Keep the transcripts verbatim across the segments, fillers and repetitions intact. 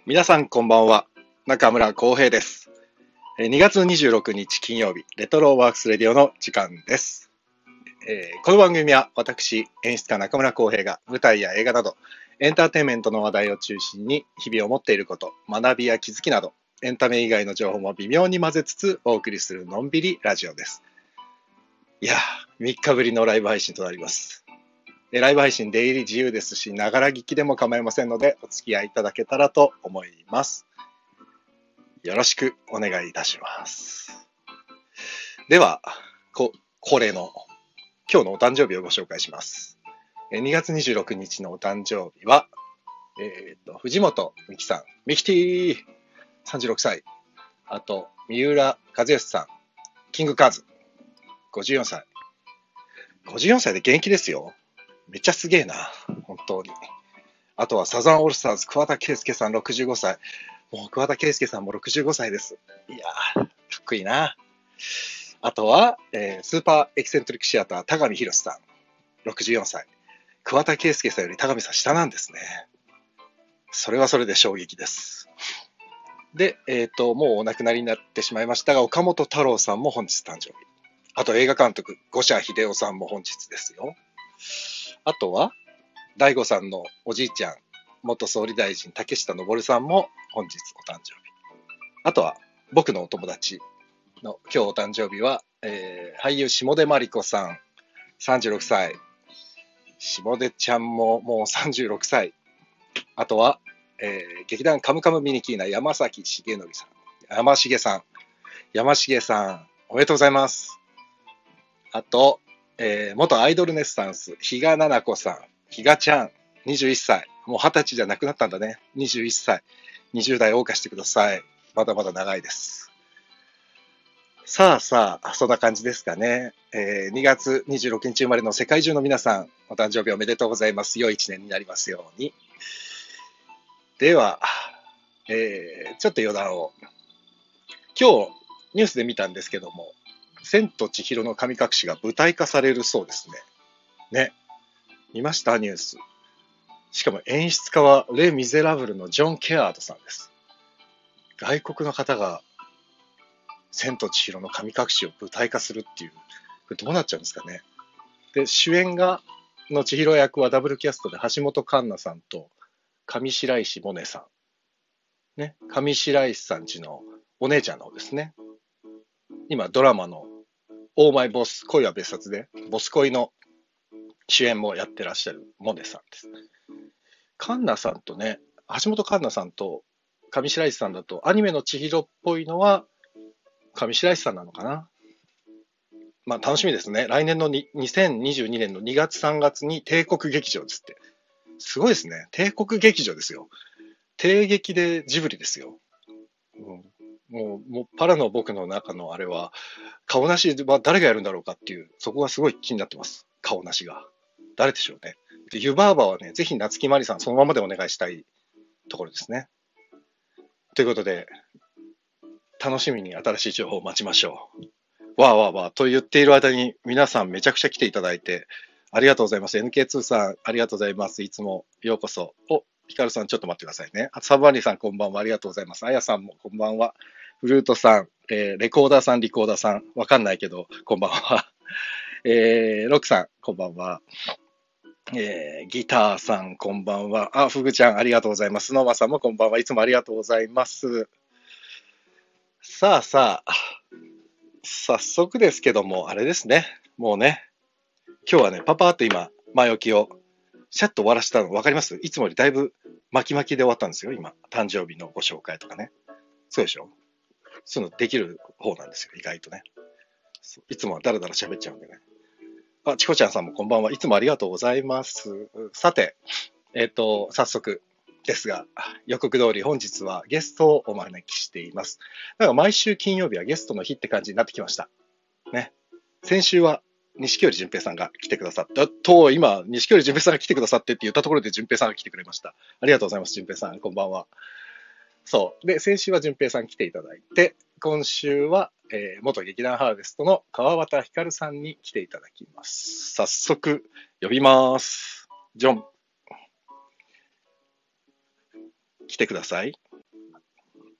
皆さんこんばんは。中村浩平です。にがつにじゅうろくにち金曜日、レトロワークスレディオの時間です。えーこの番組は私、演出家中村浩平が舞台や映画など、エンターテインメントの話題を中心に日々思っていること、学びや気づきなど、エンタメ以外の情報も微妙に混ぜつつお送りするのんびりラジオです。いやー、みっかぶりのライブ配信となります。ライブ配信出入り自由ですし、ながら聞きでも構いませんので、お付き合いいただけたらと思います。よろしくお願いいたします。では、こ恒例の今日のお誕生日をご紹介します。にがつにじゅうろくにちのお誕生日は、えー、と藤本美貴さん、ミキティさんじゅうろくさい。あと、三浦和義さん、キングカズごじゅうよんさい。ごじゅうよんさいで元気ですよ。めっちゃすげえな、本当に。あとはサザンオールスターズ、桑田佳祐さんろくじゅうごさい。もう桑田佳祐さんもろくじゅうごさいです。いやー、かっこいいな。あとは、えースーパーエキセントリックシアター、田上博さん、ろくじゅうよんさい。桑田佳祐さんより田上さん下なんですね。それはそれで衝撃です。で、えっ、と、もうお亡くなりになってしまいましたが、岡本太郎さんも本日誕生日。あと映画監督、五社秀夫さんも本日ですよ。あとは、大悟さんのおじいちゃん、元総理大臣、竹下登さんも本日お誕生日。あとは、僕のお友達の今日お誕生日は、えー俳優下出真理子さん、さんじゅうろくさい。下出ちゃんももうさんじゅうろくさい。あとは、えー劇団カムカムミニキーナ山崎重則さん、山重さん、山重さん、おめでとうございます。あと、えー元アイドルネッサンス、比嘉奈々子さん、比嘉ちゃん、にじゅういっさい。もうはたちじゃなくなったんだね。にじゅういっさい。にじゅう代謳歌してください。まだまだ長いです。さあさあ、そんな感じですかね。えーにがつにじゅうろくにち生まれの世界中の皆さん、お誕生日おめでとうございます。良い一年になりますように。では、えーちょっと余談を。今日、ニュースで見たんですけども、千と千尋の神隠しが舞台化されるそうですね。ね。見ましたニュース。しかも演出家はレ・ミゼラブルのジョン・ケアードさんです。外国の方が千と千尋の神隠しを舞台化するっていう、これどうなっちゃうんですかね。で、主演が、の千尋役はダブルキャストで橋本環奈さんと上白石萌音さん。ね。上白石さんちのお姉ちゃんの方ですね。今ドラマのオーマイボス恋は別冊で、ボス恋の主演もやってらっしゃる萌音さんです。環奈さんとね、橋本環奈さんと上白石さんだと、アニメの千尋っぽいのは上白石さんなのかな。まあ楽しみですね。来年のににせんにじゅうにねんのにがつさんがつに帝国劇場ですって。すごいですね。帝国劇場ですよ。帝劇でジブリですよ。うん、もう、もうパラの僕の中のあれは、顔なしは誰がやるんだろうかっていう、そこがすごい気になってます。顔なしが。誰でしょうね。で、湯婆婆はね、ぜひ夏木マリさんそのままでお願いしたいところですね。ということで、楽しみに新しい情報を待ちましょう。わーわーわーと言っている間に皆さんめちゃくちゃ来ていただいてありがとうございます。エヌケーツー さんありがとうございます。いつもようこそ。お、ヒカルさんちょっと待ってくださいね。あサバニーさんこんばんは。ありがとうございます。あやさんもこんばんは。フルートさん、えーレコーダーさん、リコーダーさん、わかんないけど、こんばんは。えーロックさん、こんばんは。えーギターさん、こんばんは。あ、フグちゃん、ありがとうございます。ノーマさんもこんばんは。いつもありがとうございます。さあさあ、早速ですけども、あれですね。もうね、今日はね、パパーっと今、前置きを、シャッと終わらせたの分かります？いつもよりだいぶ巻き巻きで終わったんですよ、今。誕生日のご紹介とかね。そうでしょ？そういうのできる方なんですよ、意外とね。いつもはだらだら喋っちゃうんでね。あ、チコちゃんさんもこんばんは。いつもありがとうございます。さて、えっ、と、早速ですが、予告通り本日はゲストをお招きしています。だから毎週金曜日はゲストの日って感じになってきました。ね。先週は錦織淳平さんが来てくださった。と、今、錦織淳平さんが来てくださってって言ったところで淳平さんが来てくれました。ありがとうございます、淳平さん。こんばんは。そう。で、先週は淳平さん来ていただいて、今週は、えー元劇団ハーベストの川端光さんに来ていただきます。早速、呼びます。ジョン、来てください。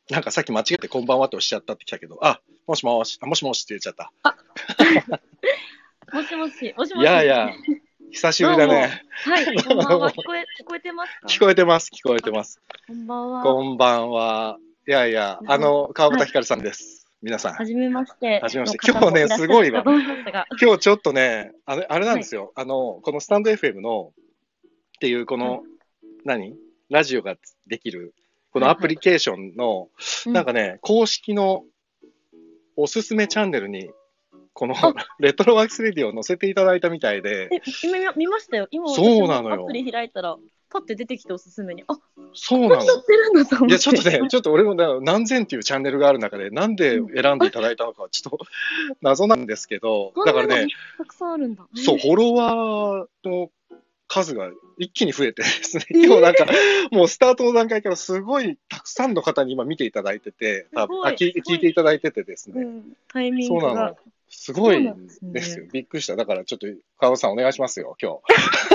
なんかさっき間違ってこんばんはっておっしゃったってきたけど、あ、もしもし、あもしもしって言っちゃった。 あもしもし、もしもし。 いやいや、久しぶりだね。 はい、こんばんは。聞こえ、聞こえてますか？ 聞こえてます、聞こえてます。 こんばんは。 こんばんは。いやいや、あの、川端ひかるさんです。はい、皆さん。 はじめまして。 はじめまして。今日ね、すごいわ。 今日ちょっとね、あれ、あれなんですよ。はい、あの、このスタンド エフエム の、っていう、この、はい、何ラジオができる、このアプリケーションの、はいはい、なんかね、うん、公式のおすすめチャンネルに、このレトロワークスレディを載せていただいたみたいで。 え、今見ましたよ。今私もアプリ開いたら、パッて出てきておすすめに。あ、 そうなの。 ここに載ってるんだと思って。 いや、ちょっとね、ちょっと俺も何千っていうチャンネルがある中で、なんで選んでいただいたのか、ちょっと謎なんですけど、だからね、 たくさんあるんだ。 そう、フォロワーの数が一気に増えてですね、今日なんか、もうスタートの段階からすごいたくさんの方に今見ていただいてて、あ聞い聞いていただいててですね、うん、 タイミングが。 そうなの。すごいですよ。びっくりした。だからちょっと、川尾さんお願いしますよ、今日。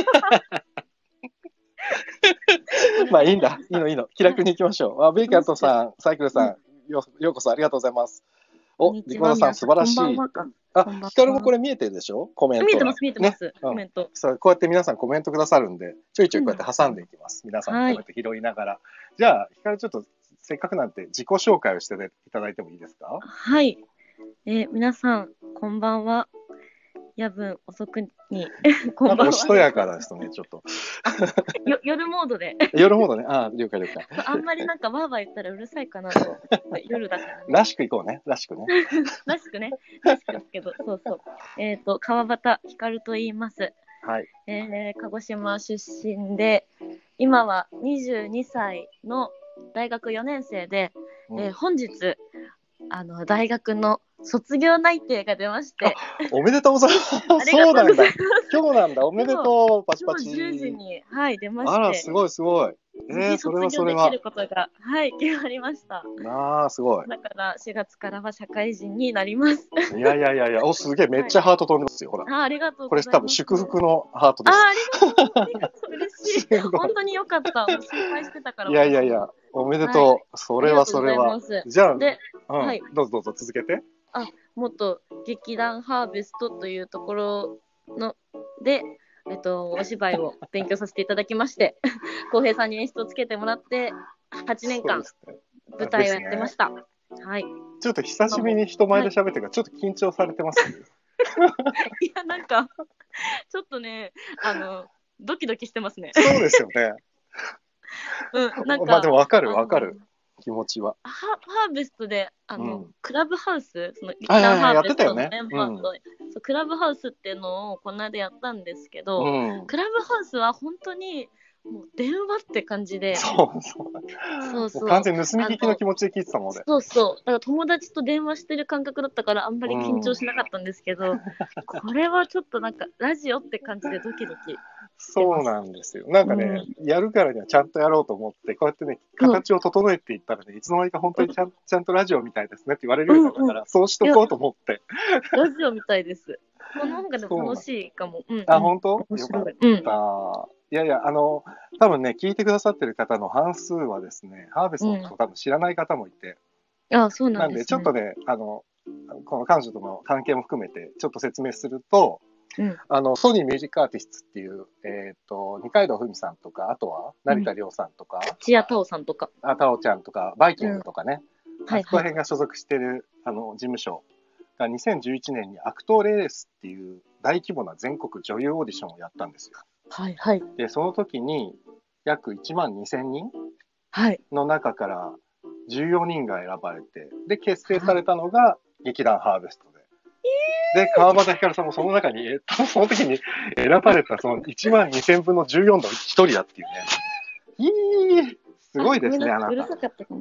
まあいいんだ。いいのいいの。気楽に行きましょう。あ、ベイキャットさん、サイクルさん、よようこそありがとうございます。お、リコダさん素晴らしい。あ、ヒカルもこれ見えてるでしょ？コメント。 見えてます、見えてます。コメント。 そう、こうやって皆さんコメントくださるんで、ちょいちょいこうやって挟んでいきます。皆さんのコメント拾いながら。じゃあ、ヒカルちょっとせっかくなんで自己紹介をしていただいてもいいですか？ はい。えー、皆さん、こんばんは。夜分遅くに、 こんばんは。おしとやかですね、ちょっと。 よ夜モードで。 夜モードね。ああ、了解了解。 あんまりなんかバーバー言ったらうるさいかなと。夜だから、ね。 らしくいこうね。らしくね。 らしくね。らしくですけど、そうそう。えっ、ー、と、川端ひかると言います。 はい。 えー、鹿児島出身で、今はにじゅうにさいの大学よねん生で、うんえー、本日、あの、大学の卒業内定が出まして。 おめでとうございます。そうなんだ。今日なんだ。おめでとう。パチパチ。 じゅうじに、はい、出まして。 あら、すごいすごい。えー、それはそれは。 卒業できることが、はい、決まりました。 ああ、すごい。 だからしがつからは社会人になります。 いやいやいやいや、お、すげえ、めっちゃハート飛んでますよ、ほら。 あ、ありがとうございます。これ多分祝福のハートです。 あ、ありがとう。ありがとう。嬉しい。本当によかった。心配してたから。 いやいやいや、おめでとう。はい、それはそれは。じゃあ、 で、 うん、はい、どうぞどうぞ続けて。 あ、元劇団ハーベストというところので、えっと、お芝居を勉強させていただきまして浩平さんに演出をつけてもらってはちねんかん舞台をやってました、ね、はい。 ちょっと久しぶりに人前で喋ってるからちょっと緊張されてます、ね、 いやなんかちょっとねあのドキドキしてますね。 そうですよね。 うん、なんかまあでも分かる分かる気持ちは。 ハ, ハーベストであの、うん、クラブハウスその劇団ハーベストのメンバーと、 そうクラブハウスっていうのをこの間やったんですけど、うん、クラブハウスは本当にもう電話って感じで、 そうそうそうそう、完全に盗み聞きの気持ちで聞いてたもんね。 そうそう、だから友達と電話してる感覚だったからあんまり緊張しなかったんですけど、うん、これはちょっとなんかラジオって感じでドキドキ。 そうなんですよ。なんかね、うん、やるからにはちゃんとやろうと思って、こうやってね、形を整えていったらね、うん、いつの間にか本当にちゃん、ちゃんとラジオみたいですねって言われるようになったから、うんうん、そうしとこうと思って。 ラジオみたいです。この方がでも楽しいかも。うんうん、 あ、本当？よかった。うん、いやいや、あの、多分ね、聞いてくださってる方の半数はですね、ハーベストのこと多分知らない方もいて。 うん、あ、そうなんですね。 なんで、ちょっとね、あの、この彼女との関係も含めて、ちょっと説明すると、うん、あのソニーミュージックアーティストっていう、えー、と二階堂ふみさんとか、あとは成田凌さんとか、 土屋太鳳さんとか、 あ太鳳ちゃんとか、バイキングとかね、うん、はいはい、そこら辺が所属しているあの事務所がにせんじゅういちねんにアクトレースっていう大規模な全国女優オーディションをやったんですよ。 はいはい、 でその時に約いちまんにせんにんの中からじゅうよにんが選ばれて、で結成されたのが劇団ハーベストで。で、川端ひかるさんもその中に、えその時に選ばれたそのいちまんにせんぶんのじゅうよんのひとりだっていうね。いいすごいですね、あなた。 うるさかったかも。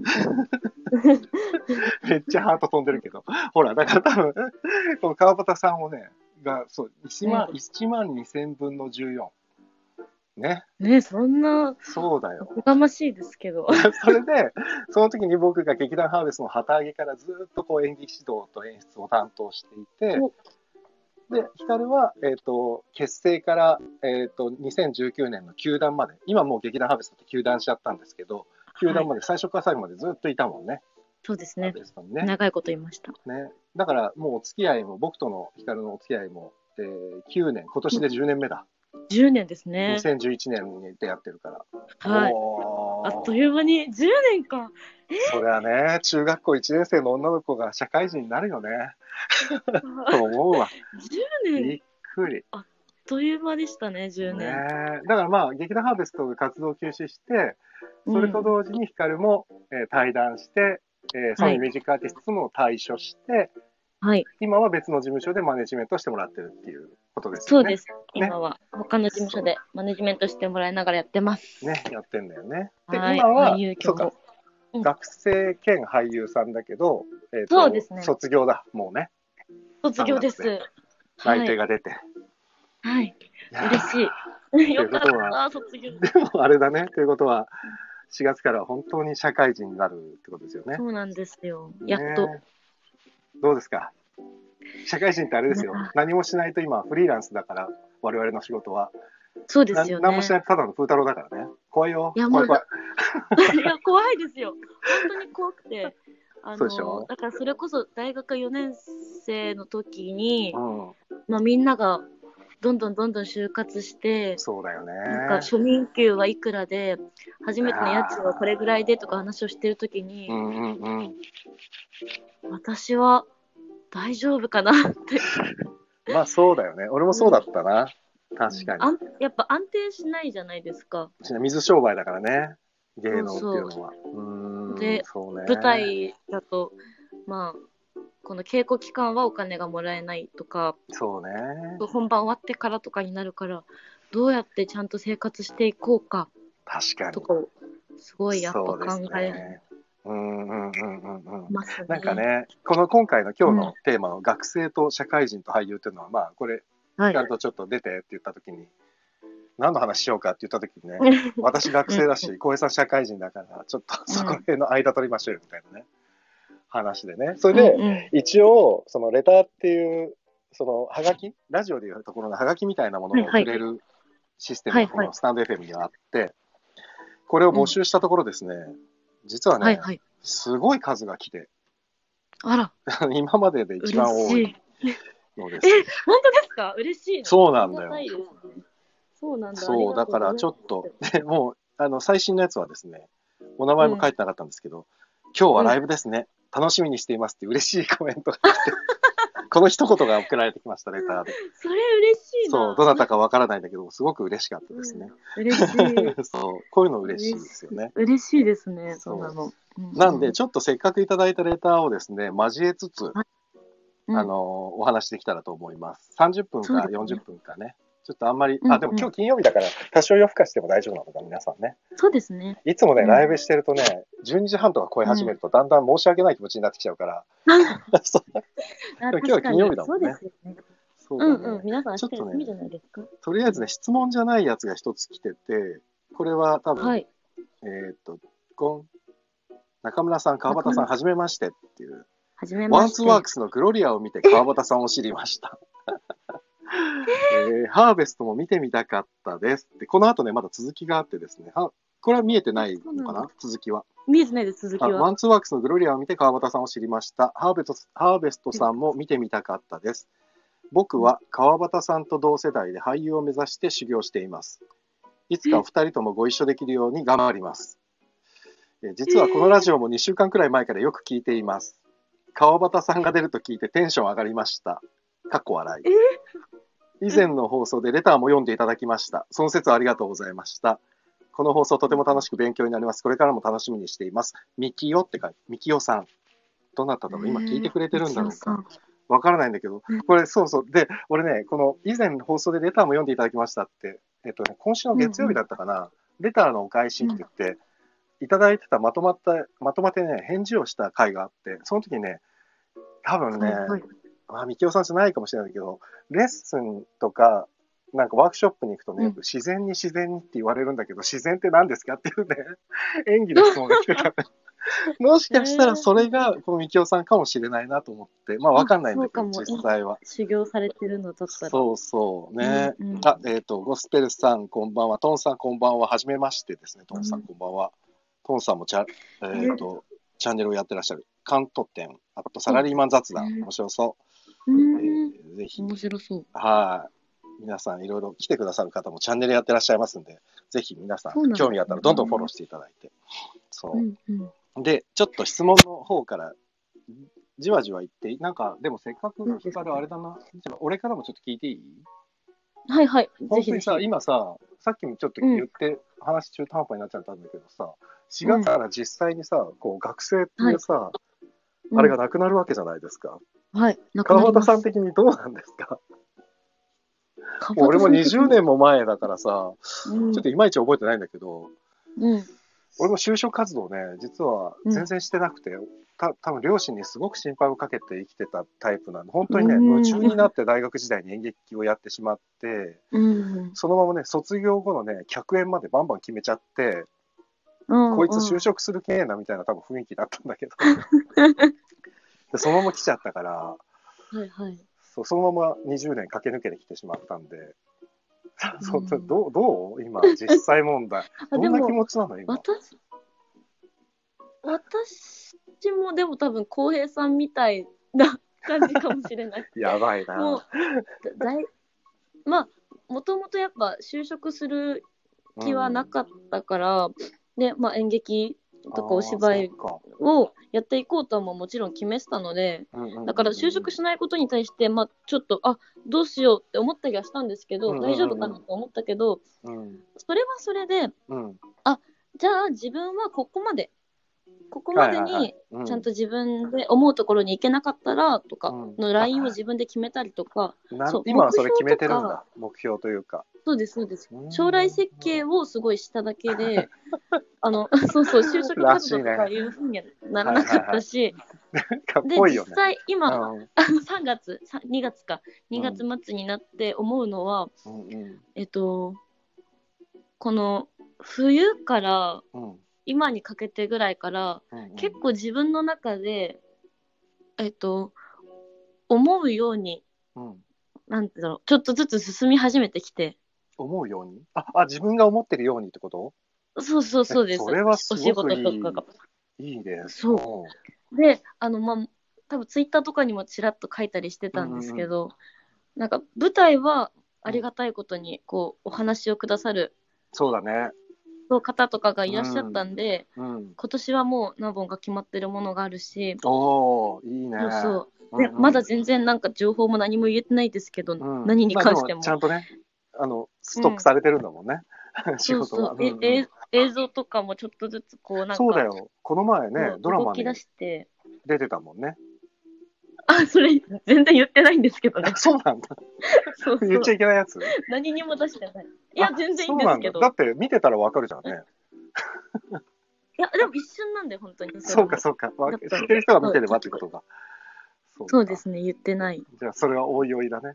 めっちゃハート飛んでるけど。ほら、だから多分、この川端さんもね、が、そう、いちまん、いちまんにせんぶんのじゅうよん。ね。 ね、そんな、 そうだよ。 おこがましいですけど。 それで、その時に僕が劇団ハーベストの旗揚げからずっとこう演技指導と演出を担当していて、で、ヒカルは、えっと、結成から、えっと、にせんじゅうきゅうねんの休団まで、今もう劇団ハーベストって休団しちゃったんですけど、休団まで、最初から最後までずっといたもんね。 そうですね。 ハーベストにね。 長いこと言いました。 ね。だからもうお付き合いも、僕とのヒカルのお付き合いも、えー、きゅうねん、今年でじゅうねんめだ。 じゅうねんですね。 にせんじゅういちねんに出会ってるから。 はい。あっという間にじゅうねんか。 えー、そりゃね、中学校いちねん生の女の子が社会人になるよね。と思うわ。 じゅうねん。 びっくり。 あっという間でしたね、じゅうねん。 ね、だからまあ、劇団ハーベストが活動休止して、それと同時にヒカルも、えー、退団して、えー、ソニーミュージックアーティストも退所して、はい、今は別の事務所でマネジメントしてもらってるっていうことですよね。 そうです。今は他の事務所でマネジメントしてもらいながらやってます。 ね、やってんだよね。で、 はい、 今は、 そうか、 うん、学生兼俳優さんだけど、えーと、 そうですね。 卒業だ、もうね。 卒業です。 内定が出て。 はい。嬉しい。よかった、卒業。 でもあれだね、ということは、しがつから本当に社会人になるってことですよね。 そうなんですよ。やっと。 どうですか？社会人ってあれですよ。何もしないと今フリーランスだから、我々の仕事は。 そうですよね。 何もしないとただの風太郎だからね。怖いよ。 いや、 怖い怖い。 いや、怖いですよ。本当に怖くて。あの、だからそれこそ大学よねん生の時に、うん、まあみんながどんどんどんどん就活して、 そうだよね。 なんか初任給はいくらで、初めての家賃はこれぐらいでとか話をしてるときに、うんうんうん、私は大丈夫かなって。 まあそうだよね。俺もそうだったな。うん、確かに、 あん。やっぱ安定しないじゃないですか。 水商売だからね。芸能っていうのは。 そうそう。で、そうね、舞台だと、まあ、この稽古期間はお金がもらえないとか、 そうね。 本番終わってからとかになるから、どうやってちゃんと生活していこうか。 確かに。 とかをすごいやっぱ考える。うんうんうんうんうん。なんかね、この今回の今日のテーマの学生と社会人と俳優っていうのは、まあこれ、ヒカルとちょっと出てって言ったときに、何の話しようかって言ったときにね、私学生だし、浩平さん社会人だから、ちょっとそこら辺の間取りましょうよみたいなね、話でね。それで、一応、そのレターっていう、そのハガキ、ラジオでいうところのハガキみたいなものをくれるシステムがこのスタンド エフエムにはあって、これを募集したところですね、実はね、はいはい、すごい数が来て、 あら今までで一番多いのです。 え、本当ですか？嬉しい。 そうなんだよ。 そうなんだ。 そう、だからちょっと、でもう、あの、最新のやつはですね、お名前も書いてなかったんですけど、うん、今日はライブですね、うん、楽しみにしていますって嬉しいコメントが来て、この一言が送られてきました、レターで。 それ嬉しいな。 そう、どなたかわからないんだけど、すごく嬉しかったですね。 うん、嬉しい。 そう、こういうの嬉しいですよね。 嬉しいですね、そうなの。 うん、なんで、ちょっとせっかくいただいたレターをですね、交えつつ、うん、あの、お話できたらと思います。さんじゅっぷんかよんじゅっぷんかね。ちょっとあんまり、あ、でも今日金曜日だから、多少夜更かしても大丈夫なのか、皆さんね。 そうですね。 いつもね、ライブしてるとね、じゅうにじはんとか超え始めると、だんだん申し訳ない気持ちになってきちゃうから。今日は金曜日だもんね。 そうですよね。そうだね。うんうん。皆さん、ちょっとね、じゃないですか。 とりあえずね、質問じゃないやつが一つ来てて、これは多分、はい、えっと、こん、中村さん、川端さん、はじめましてっていう。 はじめまして。 ワンツワークスのグロリアを見て川端さんを知りました。えー、ハーベストも見てみたかったですで、この後ね、まだ続きがあってですね、はこれは見えてないのかな、続きは。 見えてないです、続きは。 ワンツーワークスのグロリアを見て川端さんを知りました。ハーベスト、ハーベストさんも見てみたかったです。僕は川端さんと同世代で俳優を目指して修行しています。いつかお二人ともご一緒できるように頑張ります。え実はこのラジオもにしゅうかんくらい前からよく聞いています。川端さんが出ると聞いてテンション上がりました。かっこ笑い。以前の放送でレターも読んでいただきました。その説はありがとうございました。この放送とても楽しく勉強になります。これからも楽しみにしています。みきよって書いて、みきよさん。どなただろう今聞いてくれてるんだろうか。わからないんだけど、これそうそう。で、俺ね、この以前の放送でレターも読んでいただきましたって、えっとね、今週の月曜日だったかな、うんうん、レターのお返しって言って、うん、いただいてたまとまった、まとまってね、返事をした回があって、その時にね、多分ね、はいはい、あ、みきおさんじゃないかもしれないけど、レッスンとか、なんかワークショップに行くとね、うん、自然に自然にって言われるんだけど、自然って何ですかっていうね、演技の質問が来てた。もしかしたらそれがこのみきおさんかもしれないなと思って、まあわかんないんだけど、実際は。 修行されてるのだったら。 そうそうね。うんうん、あ、えっ、ー、と、ゴスペルさんこんばんは、トンさんこんばんは、はじめましてですね、トンさんこんばんは。トンさんもチャ、えっ、ー、と、チャンネルをやってらっしゃる。 関東店、あとサラリーマン雑談、面白そう。 うえん。 ーぜひ、 面白そう。 はい。皆さんいろいろ来てくださる方もチャンネルやってらっしゃいますんで、ぜひ皆さんそうなんですね興味あったらどんどんフォローしていただいて。 うそんうん。 う。で、ちょっと質問の方からじわじわ言って、なんか、でもせっかく聞かれあれだな。じゃあ俺からもちょっと聞いていい？ はいはい。ぜ本当にさ、 ひぜひ。 今さ、さっきもちょっと言って話中途半端になっちゃったんだけどさ、しがつから実際にさ、こう学生っていうさ、あれがなくなるわけじゃないですか。 はい。なくな川端ります。 さん的にどうなんですか？ 川俺も端さん的にじゅうねんも前だからさ、 うんちょっといまいち覚えてないんだけど、 うん俺も就職活動ね、実は全然してなくて、た多分両親にすごく心配をかけて生きてたタイプなんで、本当にね、 うん夢中になって大学時代に演劇をやってしまって、 うんそのままね、卒業後のね、客演までバンバン決めちゃって、 うんこいつ就職する気ねえなみたいな多分雰囲気だったんだけど、でそのまま来ちゃったから、 はいはい。 そうそのままにじゅうねん駆け抜けてきてしまったんで、そううんどうどう今、実際問題。 あどんな気でも持ちなの今。 私私もでも多分浩平さんみたいな感じかもしれない。 やばいな。 もうだいまあもともとやっぱ就職する気はなかったから、でまあ演劇とかお芝居をやっていこうとはももちろん決めてたので、だから就職しないことに対してまあちょっとあどうしようって思ったりはしたんですけど、大丈夫かなと思ったけど、それはそれで、あじゃあ自分はここまでここまでにちゃんと自分で思うところに行けなかったらとかのラインを自分で決めたりとか、 そう今はそれ決めてるんだ、目標というか。 そうですそうです。将来設計をすごいしただけで、あのそうそう就職活動とかいうふうにはならなかったし、で実際今、うん、さんがつにがつかにがつ末になって思うのは、うんうん、えっとこの冬から今にかけてぐらいから、うんうん、結構自分の中でえっと思うように、うん、なんてだろうちょっとずつ進み始めてきて。 思うように あ, あ自分が思ってるようにってこと？ そうそうそうです。 それはすごくいい。 お仕事とかがいいね。 そうであのまあ多分ツイッターとかにもちらっと書いたりしてたんですけど、うんうん、なんか舞台はありがたいことにこうお話をくださる、 そうだね方とかがいらっしゃったんで、うんうん、今年はもう何本か決まってるものがあるし、 おーいいね。 そうそうで、うんうん、まだ全然なんか情報も何も言えてないですけど、うん、何に関しても、 まあ、ちゃんとねあのストックされてるんだもんね、うん、仕事が。 そうそう、うんうん、え映像とかもちょっとずつこうなんかそうだよこの前ねドラマに動き出して出てたもんね。 あ、それ全然言ってないんですけどね。 そうなんだ。そうそう言っちゃいけないやつ？ 何にも出してない。いや全然いいんですけど。 だ, だって見てたらわかるじゃんね。 いやでも一瞬なんで本当に。 そうかそうか。知ってる人が見てればってことか。 そうそうですね言ってない。 じゃあそれはおいおいだね。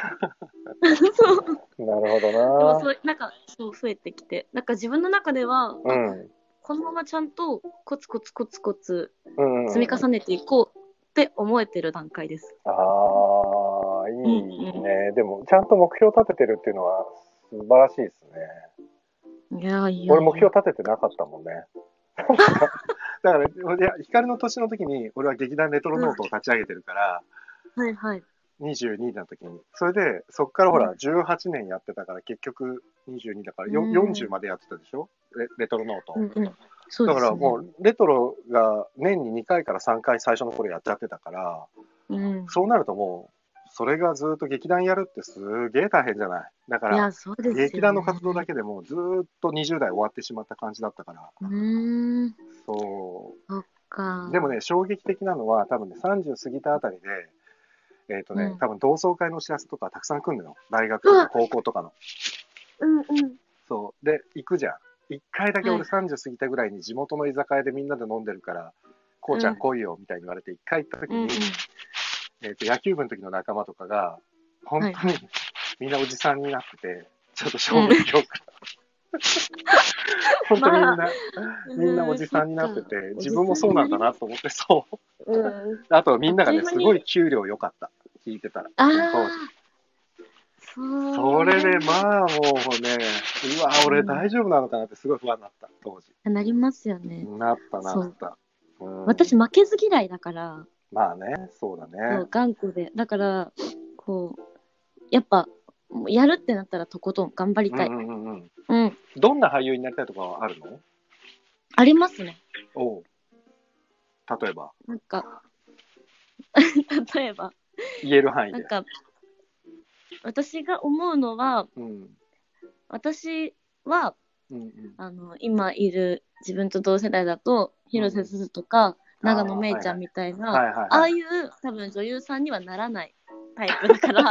そうなるほどな。でもそうなんかそう増えてきて、なんか自分の中では、うん、このままちゃんとコツコツコツコツ積み重ねていこうって思えてる段階です。 ああいいね、うんうん、でもちゃんと目標立ててるっていうのは素晴らしいですね。いやいや俺目標立ててなかったもんね。だからいや光の年の時に俺は劇団レトロノートを立ち上げてるから、 うん、はいはいにじゅうにの時にそれでそっからほら、うん、じゅうはちねんやってたから結局にじゅうにだから、うん、よんじゅうまでやってたでしょ レ, レトロノート、うんうんそうですね、だからもうレトロが年ににかいからさんかい最初の頃やっちゃってたから、うん、そうなるともうそれがずっと劇団やるってすげえ大変じゃない。だから、ね、劇団の活動だけでもずっとにじゅう代終わってしまった感じだったから。 うーんそう。 そっか。 でもね衝撃的なのは多分ねさんじゅう過ぎたあたりでえっ、ー、とね、うん、多分同窓会のお知らせとかたくさん来るのよ。大学とか高校とかの。 うんうん。 そうで行くじゃん。一回だけ俺さんじゅう過ぎたぐらいに地元の居酒屋でみんなで飲んでるから、はい、こうちゃん来いよみたいに言われて一回行った時に、うんうんえーと、野球部の時の仲間とかが本当に、はい、みんなおじさんになっててちょっと衝撃を、うん、本当にみんな、まあ、みんなおじさんになってて、うん、自分もそうなんだなと思ってそう、うん、あとみんながねすごい給料良かった聞いてたら当時それでまあもうねうわ俺大丈夫なのかなってすごい不安になった当時。 なりますよね。 なったなった。 うん、 私負けず嫌いだから、 まあね、そうだそうね。 頑固で。だから、こう、やっぱ、もうやるってなったらとことん頑張りたい。 うんうんうんうん。 うん。 どんな俳優になりたいとかはあるの？ ありますね。 おう。例えば。 なんか、例えば、 言える範囲で。 なんか、私が思うのは、 うん。 私は、 うんうん。 あの、今いる自分と同世代だと、広瀬すずとか、長野めいちゃんみたいな、 はいはいはい。 ああいう多分女優さんにはならないタイプだから、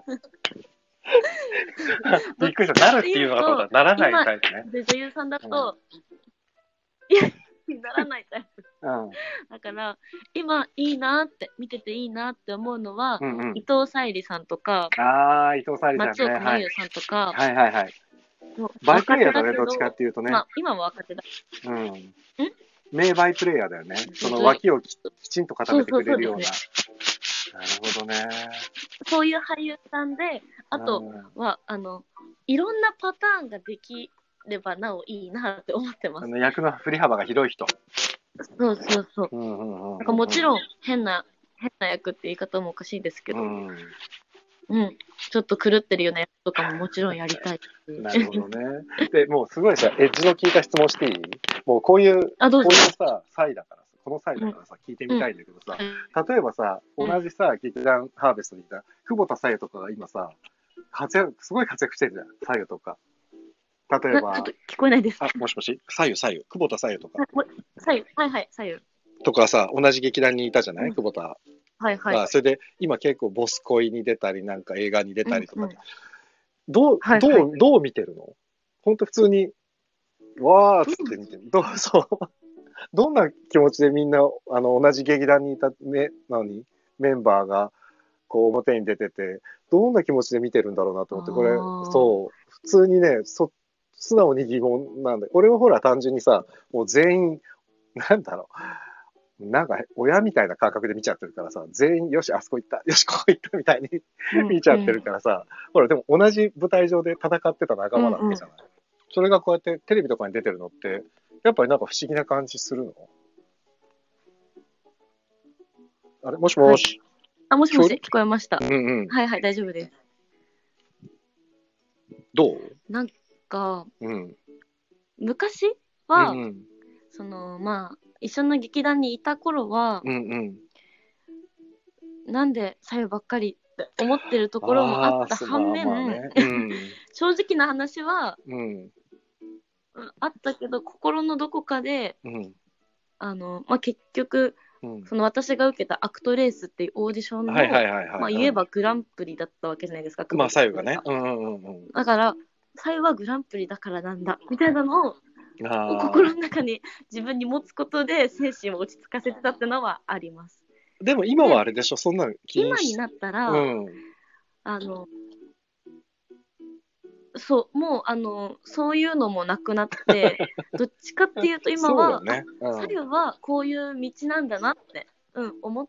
びっくりした。なるっていうのがと思ったらならないタイプね。 で女優さんだと、いや、ならないタイプ。 うん。 だから、今いいなって、見てていいなって思うのは、 うんうん。 伊藤沙莉さんとか、 ああ、伊藤沙莉さん松ね。はい。 岡茉優さんとか、 はいはいはい。 もうバイプレイヤーだね、 若手だけど、 どっちかっていうとね。 まあ、今も若手だ。 うん。 ん名バイプレイヤーだよね。その脇をききちんと固めてくれるような。なるほどね。 そういう俳優さんで、あとは、あの、いろんなパターンができればなおいいなって思ってます。 あの役の振り幅が広い人。 そうそうそう。 うんうんうんうん、 なんかもちろん変な、変な役って言い方もおかしいですけど、うん、うん、ちょっと狂ってるような役とかももちろんやりたい。 なるほどね。で、もうすごいさ、エッジの効いた質問していい？もうこういう、 あ、どうぞ。 こういうさ、際だからさ、この際だからさ、聞いてみたいんだけどさ、うん、例えばさ、同じさ、劇団ハーベストにいた久保田紗友とかが今さ、活躍、すごい活躍してるじゃん、紗友とか。例えば、 ちょっと聞こえないです。 あ、もしもし、左右左右、久保田左右とか。 左右、はいはい、左右。 とかさ、同じ劇団にいたじゃない、うん、久保田。 はいはい。 あ、それで、今結構ボス恋に出たり、なんか映画に出たりとか。うんうん、どう、はいはい、どう、どう見てるの？本当普通に、わーっつって見てる。どう、そう。どんな気持ちでみんな、あの、同じ劇団にいた、ね、なのに、メンバーが、こう、表に出てて、どんな気持ちで見てるんだろうなと思って、これ、そう、普通にね、そ、素直に疑問なんで、俺はほら単純にさ、もう全員、なんだろう、なんか親みたいな感覚で見ちゃってるからさ、全員、よし、あそこ行った、よし、ここ行ったみたいに見ちゃってるからさ、うんうん、ほら、でも同じ舞台上で戦ってた仲間なわけじゃない、うんうん。それがこうやってテレビとかに出てるのって、やっぱりなんか不思議な感じするの？あれ、もしもし。 はい、あ、もしもし、聞こえました。 うんうん。 はいはい、大丈夫です。 どう？ なんか、 うん、 昔は、 うんうん、 その、まあ、一緒の劇団にいた頃は、 うんうん、なんで左右ばっかりって思ってるところもあった反面、まあまあね、うん、正直な話は、うん、あったけど、心のどこかで、うん、あの、まあ、結局、うん、その私が受けたアクトレースっていうオーディションの、まあ言えばグランプリだったわけじゃないですか。 まあ左右がね。うんうんうん、 だから、左右はグランプリだからなんだ、みたいなのを、心の中に自分に持つことで精神を落ち着かせてたってのはあります。 でも今はあれでしょ、そんなの気にし今になったら、うん、あの、そう、もう、あの、そういうのもなくなって、どっちかっていうと今は、ね、うん、左右はこういう道なんだなって、うん、思って、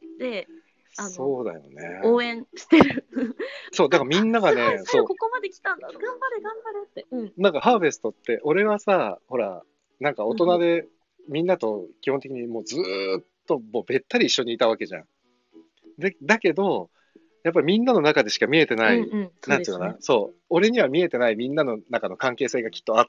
あの、 そうだよね。 応援してる。 そう、だからみんながね、 そう、ここまで来たんだ、頑張れ、頑張れって。うん、 なんかハーベストって、俺はさ、ほら、なんか大人で、みんなと基本的にもうずーっともうべったり一緒にいたわけじゃん。で、だけど、やっぱりみんなの中でしか見えてない、うんうん、なんていうのかな、そう、俺には見えてないみんなの中の関係性がきっとあって、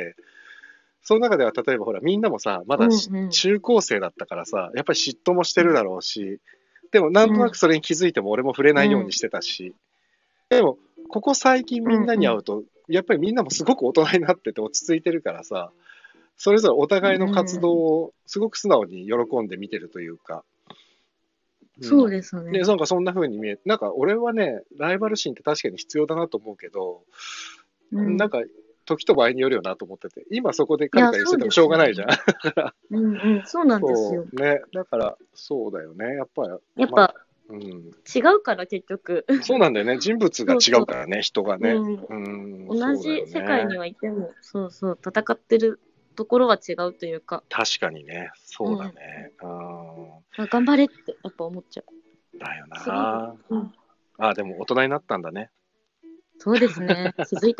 その中では例えばほら、みんなもさ、まだ、うんうん、中高生だったからさ、やっぱり嫉妬もしてるだろうし、でもなんとなくそれに気づいても俺も触れないようにしてたし、うん、でも、ここ最近みんなに会うと、うんうん、やっぱりみんなもすごく大人になってて落ち着いてるからさ、それぞれお互いの活動をすごく素直に喜んで見てるというか、 うん、そうですね。 で、なんかそんな風に見え、なんか俺はね、ライバル心って確かに必要だなと思うけど、うん、なんか時と場合によるよなと思ってて、今そこでカリカリしててもしょうがないじゃん。 うんうん、そうなんですよ。 ね、だからそうだよね、やっぱり。 やっぱ、まあ、うん、違うから結局。 そうなんだよね、人物が違うからね、そうそう人がね、 うんうん。同じ世界にはいても、そうそう、戦ってるところは違うというか。 確かにね、そうだね。うん、 あ、頑張れってやっぱ思っちゃう。 だよな、うん。あ、でも大人になったんだね。 そうですね、気づいたら。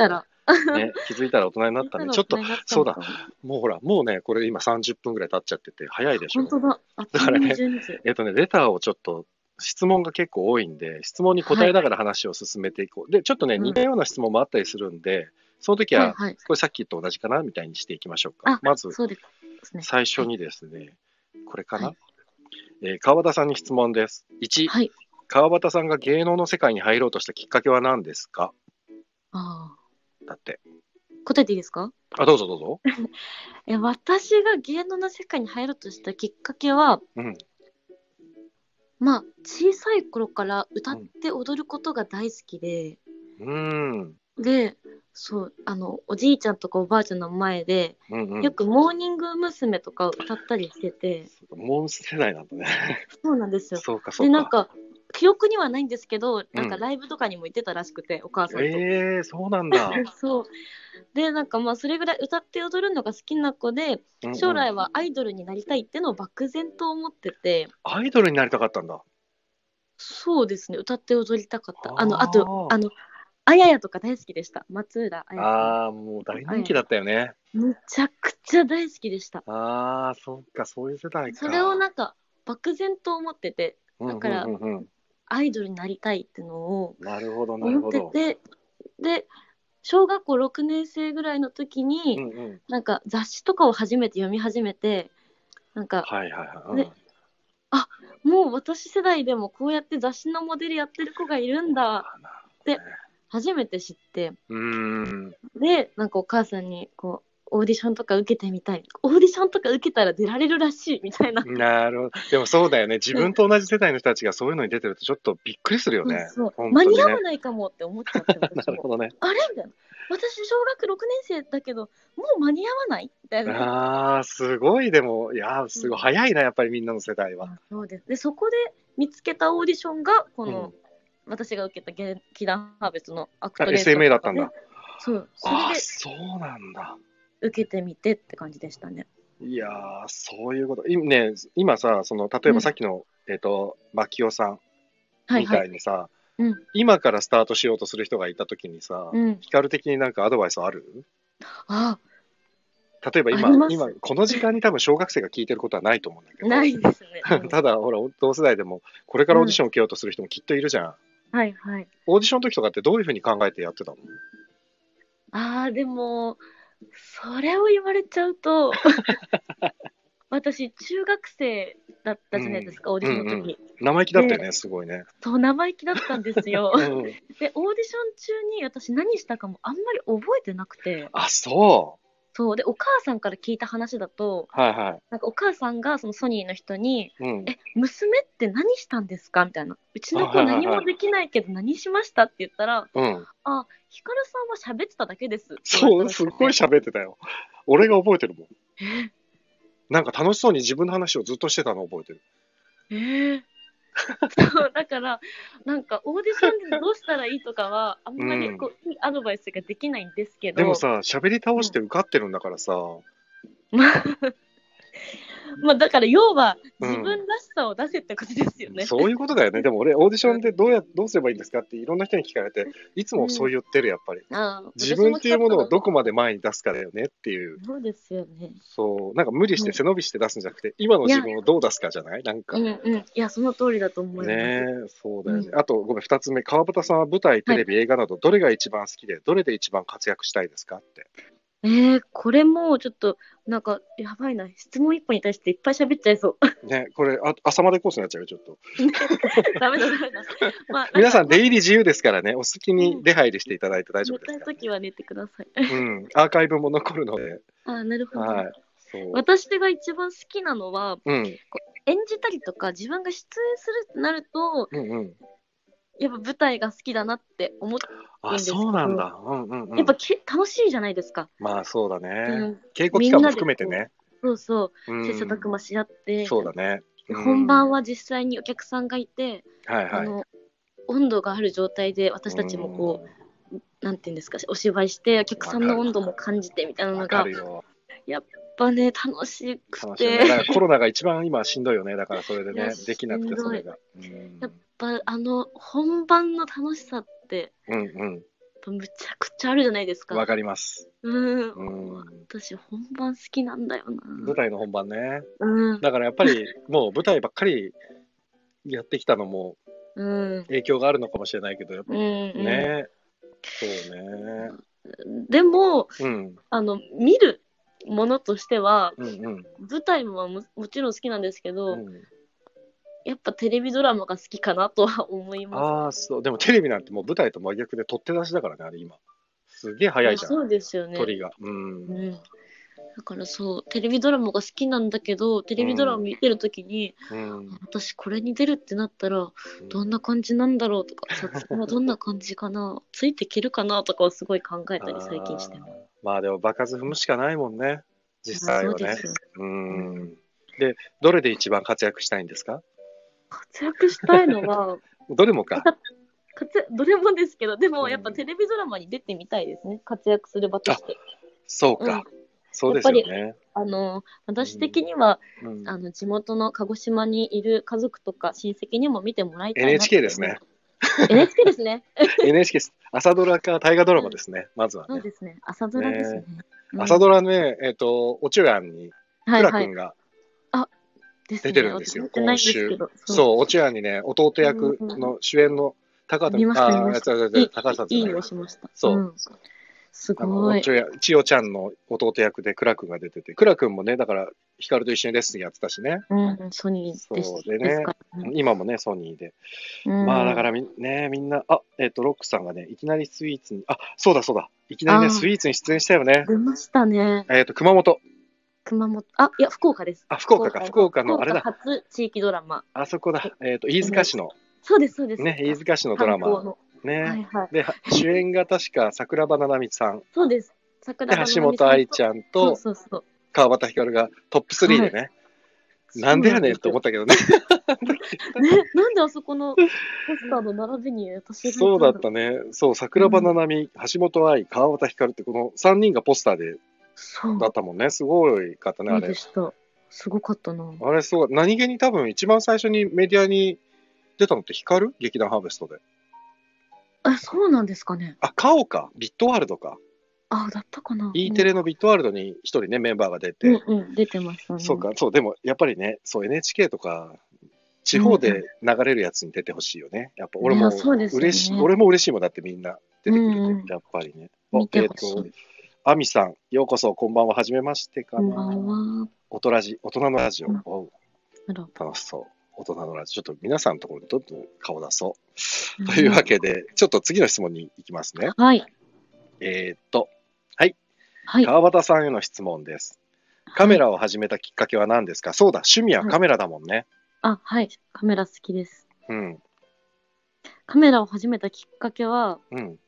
ね、気づいたら大人になったね。ちょっと、そうだ、もうほら、もうね、これ今さんじゅっぷんぐらい経っちゃってて、早いでしょ。 本当だ。あっとだからねいう間にじゅうにじ。 えっとね、レターをちょっと、質問が結構多いんで、質問に答えながら話を進めていこう。で、ちょっとね、 うん似たような質問もあったりするんで、その時は、 はいはい。 これさっきと同じかなみたいにしていきましょうか。 あ、 まず、 そうですね。 最初にですね、これかな、 はいえー川端さんに質問です。いち、 はい。 川端さんが芸能の世界に入ろうとしたきっかけは何ですか？ ああ。 だって。 答えていいですか？ あ、どうぞどうぞ。 いや、私が芸能の世界に入ろうとしたきっかけは、 うん。 まあ、小さい頃から歌って踊ることが大好きで、 うーん。 で、そう、あの、おじいちゃんとかおばあちゃんの前で、 うんうん。 よくモーニング娘。とかを歌ったりしてて、 もう世代なんだね。 そうなんですよ。で、 そうかそうか。 なんか、記憶にはないんですけど、 うんなんかライブとかにも行ってたらしくて、お母さんと。 ええー、そうなんだ。 そう。で、なんかまあ、それぐらい歌って踊るのが好きな子で、 うんうん将来はアイドルになりたいってのを漠然と思ってて、 アイドルになりたかったんだ。 そうですね、歌って踊りたかった。あの、あと、 ああの、あややとか大好きでした。松浦ああ。 やさん。 ああ、もう大人気だったよね。 めちゃくちゃ大好きでした。 ああ、そっか、そういう世代か。 それをなんか漠然と思ってて、 うんうんだからうんうん。 アイドルになりたいってのをなるほど、なる思ほど。 ってて、で、小学校ろくねん生ぐらいの時に、 うんうん。 なんか雑誌とかを初めて読み始めて、なんか、 はいはいはい。 で、あ、もう私世代でもこうやって雑誌のモデルやってる子がいるんだって初めて知って、 うん。うーん。 で、なんかお母さんにこう、オーディションとか受けてみたい。オーディションとか受けたら出られるらしいみたいな。 なるほど。でもそうだよね。自分と同じ世代の人たちがそういうのに出てるとちょっとびっくりするよね。 そうそう、 本当にね。 間に合わないかもって思っちゃってな私も。 るほどね。 あれみたいな。私小学ろくねん生だけど、もう間に合わないみたいな。 ああ、すごい、でも、いやー、すごい、早いな、やっぱりみんなの世代は。 あそうです。で、そこで見つけたオーディションが、この、 うん私が受けた劇団ハーベストのアクあ、 トレーショエスエムエーンとかで、 だったんだ。 そう、そああ、 れでそうなんだ。 受けてみてって感じでしたね。 いやー、そういうこと。いね、今さ、その、例えばさっきの、えっと、牧雄さんみはいはい。 たいにさ、 うん。 今からスタートしようとする人がいたときにさ、 うん。 ヒカル的になんかアドバイスある？ あ、 例えば今、 あります今、この時間に多分小学生が聞いてることはないと思うんだけど、 ないですね。うんただ、ほら、同世代でも、これからオーディション受けようとする人もきっといるじゃん。 はいはい。 オーディションの時とかってどういうふうに考えてやってたの？ ああ、でも、それを言われちゃうと、私、中学生だったじゃないですか、オーディションの時。 生意気だったよね、すごいね。 そう、生意気だったんですよ。 うん、 で、オーディション中に私何したかもあんまり覚えてなくて、 あ、そそう、で、お母さんから聞いた話だと、 う。はいはい。 なんかお母さんがそのソニーの人に、 うん。 え、娘って何したんですかみたいな。うちの子あはいはいはい何もできないけど何しましたって言ったら、 うん。 あ、ヒカルさんは喋ってただけですって言そう、 われたらしくて。 すっごい喋ってたよ。俺が覚えてるもん。なんか楽しそうに自分の話をずっとしてたの覚えてる。 えーそうだからなんかオーディションでどうしたらいいとかはあんまりこう、いいアドバイスができないんですけど、 でもさ、喋り倒して受かってるんだからさ、 まあまあだから要はうん自分らしさを出せってことですよね。 そういうことだよね。でも俺、オーディションでどうや、どうすればいいんですかっていろんな人に聞かれて、いつもそう言ってる、やっぱり。 ああ、 自分っていうものをどこままで前に出すかだよねっていう。 そうですよね。 そう、なんか無理して背伸びして出すんじゃなくて、今の自分をどう出すかじゃないなんか。 うんうん。いや、その通りだと思います。 ねえ、そうだよね。 うんあと、ごめん、二つ目。川端さんは舞台、テレビ、映画など、どれが一番好きで、どれで一番活躍したいですかって。 えー、これもちょっとなんかやばいな、質問一本に対していっぱい喋っちゃいそう。 ね、これ、あ朝までコースになっちゃうよ、ちょっと。 ダメだダメだ。まあ、 皆さん、 で出入り自由ですからね、お好きに出入りしていただいて大丈夫です寝から、ね。 たい時は寝てください。 うん、アーカイブも残るので。 あ、なるほど。 はい。そう。 私が一番好きなのは、 うん。 こう演じたりとか自分が出演するってなると、 うんうん。 やっぱ舞台が好きだなって思ってるんあ、 ですけど、 そうなんだ。うんうんうん。 やっぱけ楽しいじゃないですか。 まあ、そうだね。 うん稽古期間も含めてね。 そうそうう、 ん切磋琢磨し合って、 そうだね。うん本番は実際にお客さんがいて、 はいはい。 あの温度がある状態で私たちもこう、なんていうんですか、お芝居してお客さんの温度も感じてみたいなうん、 のわかがるよ。 やっぱね楽しく楽しいね。 て、 だからコロナが一番今しんどいよね。だからそれでねいや、 できなくしんどいてそれが。うんやっぱあの本番の楽しさってうんうん。 ぱむちゃくちゃあるじゃないですか。 わかります。 うん。 うん。 私、本番好きなんだよな。 舞台の本番ね。 うん。 だからやっぱりもう舞台ばっかりやってきたのもうん。 影響があるのかもしれないけど、やっぱうん。うん。 ね。そうね。 でも、 うん。 あの、見るものとしては、 うんうん。 舞台もももちろん好きなんですけど、 うん、 やっぱテレビドラマが好きかなとは思います。 ああ、そう。でもテレビなんてもう舞台と真逆で取って出しだからね、あれ今。すげえ早いじゃん。 そうですよね。 鳥が。うん。 うん。だからそう、テレビドラマが好きなんだけど、テレビドラマ見てるときに、 うん。 私これに出るってなったら、どんな感じなんだろうとか、さつきはどんな感じかな、ついていけるかなとかをすごい考えたり最近してます。 あーまあでも場数踏むしかないもんね。実際はねそうですよ。。 うん。で、どれで一番活躍したいんですか？ 活躍したいのは、 どれもか。 活躍どれもですけど、でうんもやっぱテレビドラマに出てみたいですね。活躍する場として。 そうか。 うんそうですよね。 あの、私的には、 うんあの、地元の鹿児島にいる家族とか親戚にも見てもらいたいなエヌエイチケー ですね。 エヌエイチケー ですね。 エヌエイチケー 朝ドラか大河ドラマですね。まずはね。 そうですね。朝ドラですね。うん朝ドラね、えっと、おちょやんに、 はいはいくらくん。がですね出てるんですよ、 私見てない今週んですけ。ど。 そう、おちょやんにね、弟役の主演の高畑、 見ました、見あー、 ました。 違う違う違いう高畑さんじい、いいゃない。 ねをしました。 そうんすあの、 ごいおち。ょや、千代ちゃんの弟役で、くらくんが出てて、くらくんもね、だから、ヒカルと一緒にレッスンやってたしね。 うん、ソニーですそうでねですからね。 今もね、ソニーで。 うんまあ、だからみ、ね、みんな、あ、えっと、ロックさんがね、いきなりスイーツに、あ、そうだそうだ、いきなりね、 あースイーツに出演したよね。 出ましたね。 えっと、熊本。 熊本。あ、いや、福岡です。 あ、福岡か、福岡の、あれだ、 福岡初地域ドラマ。 あそこだ、えっと、飯塚市の、 そうです、そうです。 ね、飯塚市のドラマ。 観光の。 ね。 はいはい。 で、主演が確か桜庭ななみさん。 そうです。桜で、 庭橋本愛ちゃんそうとそうそう。 川端光がトップスリーでね。なんでやねんって思ったけどね。 ね、なんであそこのポスターの並びに私がいたんそうだろったね。そう、桜庭ななみ、橋本愛、川端光ってこのさんにんがポスターでそう。 だったもんね。すごいかったね、あいいでれ。 した。すごかったな。 あれ、そう、何気に多分一番最初にメディアに出たのって光劇団ハーベストで。 あ、そうなんですかね。 あ、カオか。ビットワールドか。 あ、だったかな。 E テレのビットワールドに一人ね、メンバーが出て。 うんうん、出てましたね。 そうか、そう、でもやっぱりね、そう エヌエイチケー とか、地方で流れるやつに出てほしいよね。やっぱ俺もいやそうですよね嬉しい、俺も嬉しいもんだってみんな出てくれて、 うんうんやっぱりね。 見てほしいえっと、アミさん、ようこそ、こんばんは、はじめましてかこんばな。 んは。 大人ラジ、大人のラジオ、 うんおうあら楽しそう。大人のラジオ、ちょっと皆さんのところにどんどん顔出そう。 うんというわけで、ちょっと次の質問に行きますね。 はい。 えーっと、はい、 はい。 川端さんへの質問です。カメラを始めたきっかけは何ですか？そうだ、趣味はカメラだもんね。 あ、はい。カメラ好きです。 うん、 カメラを始めたきっかけは、 うん、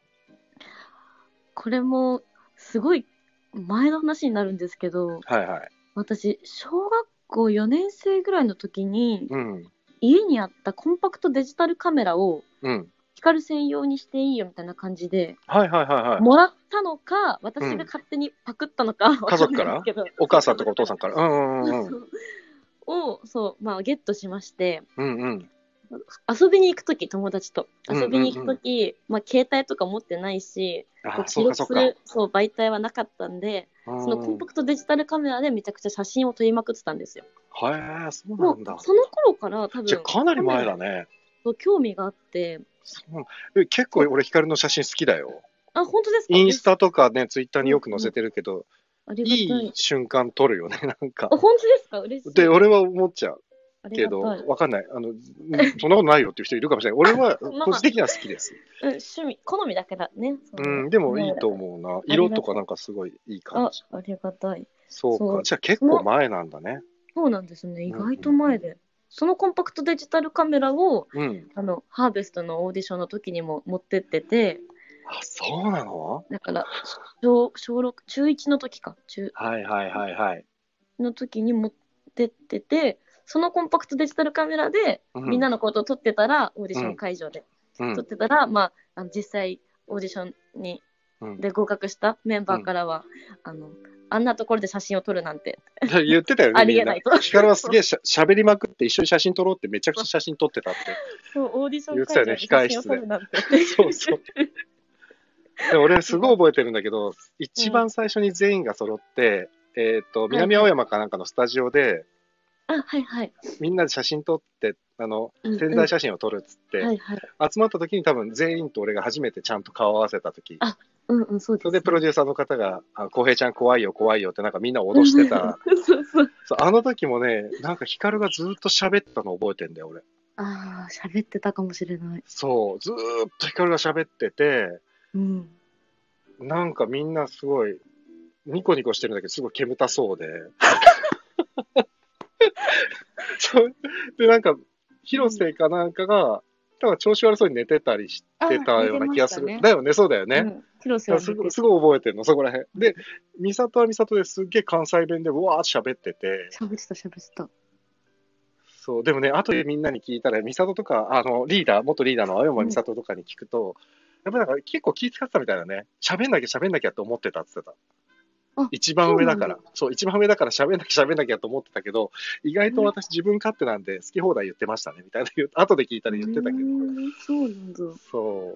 これもすごい前の話になるんですけど、 はいはい。 私、小学校よねん生ぐらいの時に、 うん、 家にあったコンパクトデジタルカメラをうん。 光る専用にしていいよみたいな感じで、 はいはいはいはい。 もらったのか、私が勝手にパクったのか、わ家族からんないですけどお母さんとかお父さんから。うんうんうん。 そうを、そう、まあ、ゲットしまして、 うんうん。 遊びに行くとき、友達と。 うんうんうん遊びに行くとき、まあ、携帯とか持ってないし、こあう、記そうかそうか。 録する、そう、媒体はなかったんで、 うんそのコンパクトデジタルカメラでめちゃくちゃ写真を撮りまくってたんですよ。 はい、そうなもうんだ。 その頃から多分、 じゃあかなり前だね。 そう興味があって、 そうえ結構俺、光の写真好きだよ。 あ、本当ですか？ インスタとかね、ツイッターによく載せてるけど、 ありがたい。 いい瞬間撮るよね、なんかあ、。本当ですか？嬉しい。 で、俺は思っちゃうありけど、 がたい。 わかんない。あの、うんそんなことないよっていう人いるかもしれない。俺はまあまあ個人的には好きです。 うん、趣味、好みだけだね。そううん、でもいいと思うな。色とかなんかすごいいい感あじ。、 ありがたい。 そうか。 そうじゃあ結構前なんだね。 そうなんですね。意うん外と前で。そのコンパクトデジタルカメラを、 うん。 あの、ハーベストのオーディションの時にも持ってってて、 あ、そうなの？ だから、小、小ろく、中いちの時か、中はいはいはいはい。 の時に持ってってて、そのコンパクトデジタルカメラで、 うんみんなのことを撮ってたら、オーディション会場で、 うん撮ってたら、まあ、あの実際、オーディションに、 うんで合格したメンバーからは、あの、あんなところで写真を撮るなんて、 言ってたよね、 ありえないとみんな。ヒカルはすげえしゃ喋りまくって一緒に写真撮ろうってめちゃくちゃ写真撮ってたって。 そう、オーディション言ってたよね会場で写真を撮るなんて。 そうそう。 で俺すごい覚えてるんだけど、一番最初に全員が揃って、えっ、と、南青山かなんかのスタジオで、 あ、はいはい。 みんなで写真撮って、あの、 うんうん宣材写真を撮るっつって、 はいはい。 集まった時に多分全員と俺が初めてちゃんと顔を合わせた時、 あ、うんうん、そうです、 それでプロデューサーの方が、あ、浩平ちゃん怖いよ怖いよってなんかみんな脅してた。 そうそう。 そうあの時もね、なんかヒカルがずっと喋ってたの覚えてんだよ、俺。 ああ、喋ってたかもしれない。 そう、ずーっとヒカルが喋ってて、 うん。 なんかみんなすごい、ニコニコしてるんだけど、すごい煙たそうで。そうで、なんか、広瀬かなんかが、多分調子悪そうに寝てたりしてたような気がする。 ね、 だよね、そうだよね。 うん、広瀬はすごすごい覚えてるの、そこら辺。で、美里は美里ですっげえ関西弁でうわーって喋ってて。 喋ってた、喋ってた。 そう、でもね、後でみんなに聞いたら、美里とか、あの、リーダー、元リーダーの青山美里とかに聞くと、うん、やっぱなんか結構気遣ってたみたいだね。喋んなきゃ喋んなきゃって思ってたって言ってた。一番上だから。そう、そう、一番上だから喋んなきゃ喋んなきゃと思ってたけど、意外と私自分勝手なんで好き放題言ってましたね、みたいな。後で聞いたら言ってたけど。 そうなんだ。 そう。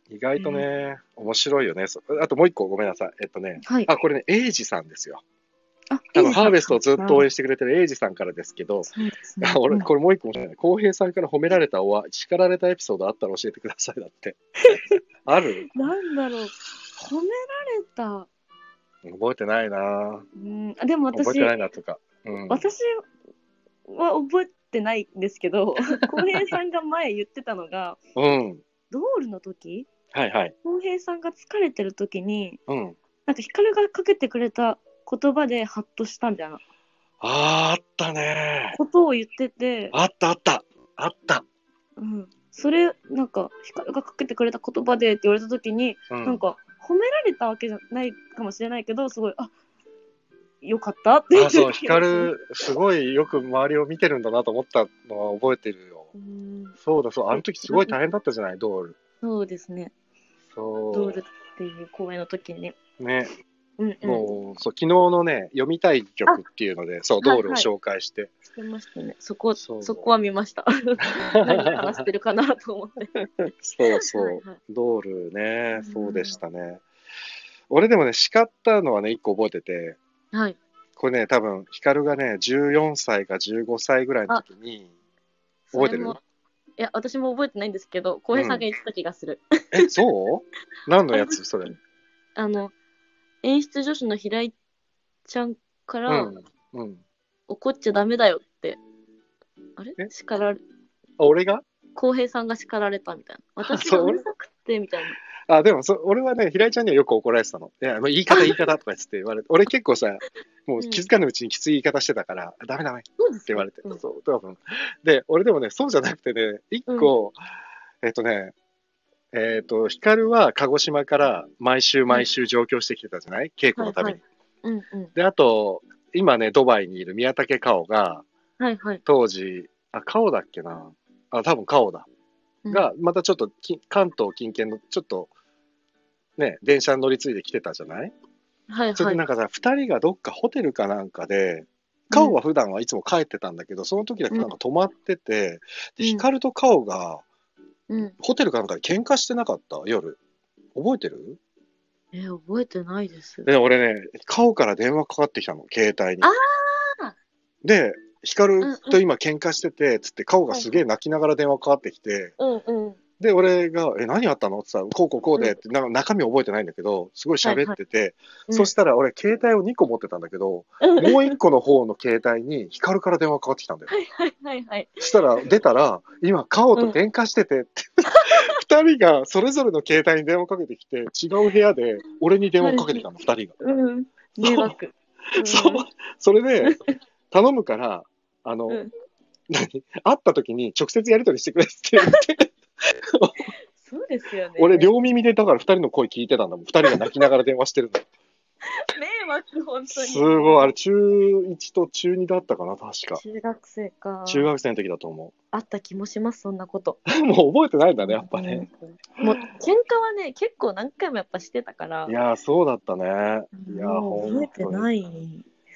意外とね、面白いよね。あともう一個ごめんなさい。えっとね、はい、あ、これね、エイジさんですよ。 あ、 あの、ハーベストをずっと応援してくれてるエイジさんからですけど、ね、俺、これもう一個面白いね。浩平さんから褒められたおは、叱られたエピソードあったら教えてください、だって。ある？ なんだろう。褒められた。 覚えてないな。 うん、でも私、 覚えてないなとか。 うん、私は覚えてないんですけど、浩平さんが前言ってたのが、 うん、 ドールの時、 はいはい。 浩平さんが疲れてる時に、 うん、 なんか光がかけてくれた言葉でハッとしたみたいな。 あー、あったね。 ことを言ってて。 あったあった。あった。 うん。それ、なんか、光がかけてくれた言葉でって言われた時に、うん、なんか、褒められたわけじゃないかもしれないけど、すごい、あ、よかったっていう。 あ、そう、光、すごいよく周りを見てるんだなと思ったのは覚えてるよ。うん、そうだ、そう、あの時すごい大変だったじゃない、ドール。 そうですね。 そう。 ドールっていう公演の時に。 ね。 うんうん、 もう、そう、昨日のね、読みたい曲っていうので、そう、ドールを紹介して。はいはい、 してましたね。そこ、そ, そこは見ました。何話してるかなと思って。 そうそう、はいはい、ドールね、そうでしたね。うん、俺でもね、叱ったのはね、一個覚えてて、 はい。 これね、多分、ヒカルがね、じゅうよんさいかじゅうごさいぐらいの時に、覚えてる？ いや、私も覚えてないんですけど、浩平さんが言ってた気がする。 うん、え、そう何のやつそれ。 あの、演出助手の平井ちゃんから、 うんうん、 怒っちゃダメだよって、あれ叱られ、 あ、俺が浩平さんが叱られたみたいな。私がうるさくて、みたいな。 あ、でもそ、俺はね、平井ちゃんにはよく怒られてたの。いや、もう言い方言い方とか言って言われて、俺結構さ、もう気づかぬうちにきつい言い方してたから、うん、ダメダメって言われて。そう、そう、多分。で、俺でもね、そうじゃなくてね、一個、うん、えっとね、えっと、ヒカルは鹿児島から毎週毎週上京してきてたじゃない、稽古のために。 うんうん、 で、あと、今ね、ドバイにいる宮武かおが、 はいはい、 当時、あ、かおだっけな。あ、多分かおだ。が、またちょっと関東近県のちょっとね、電車に乗り継いで来てたじゃない？ はいはい。 それでなんかさ、二人がどっかホテルかなんかで、カオは普段はいつも帰ってたんだけど、うん、その時だけなんか泊まってて、うん、ヒカルとカオが、うん、ホテルかなんかで喧嘩してなかった？夜。覚えてる？ えー、覚えてないです。 で、俺ね、カオから電話かかってきたの、携帯に。 ああ。 で、ヒカルと今喧嘩してて、つって、カオがすげえ泣きながら電話かかってきて、 うんうん、 で、俺が、え、何あったのってさ、こうこうこうでって、なんか中身覚えてないんだけど、すごい喋ってて、はいはい、そしたら俺、携帯をにこ持ってたんだけど、うん、もういっこの方の携帯に、ヒカルから電話かかってきたんだよ。 はいはいはいはい。 そしたら、出たら、今、カオと喧嘩しててって、二、うん、人がそれぞれの携帯に電話かけてきて、違う部屋で俺に電話かけてきたの、二、はい、人が。 うん。迷惑。 そう。それで、頼むから、あの、うん、何会った時に直接やり取りしてくれって言って。 そうですよね。 俺、両耳でだから二人の声聞いてたんだもん。二人が泣きながら電話してるの。 迷惑、本当に。 すごい。あれ、中いちと中にだったかな、確か。 中学生か。 中学生の時だと思う。 あった気もします、そんなこと。 もう覚えてないんだね、やっぱね。 もう、喧嘩はね、結構何回もやっぱしてたから。 いやー、そうだったね。いやー、 覚えてないです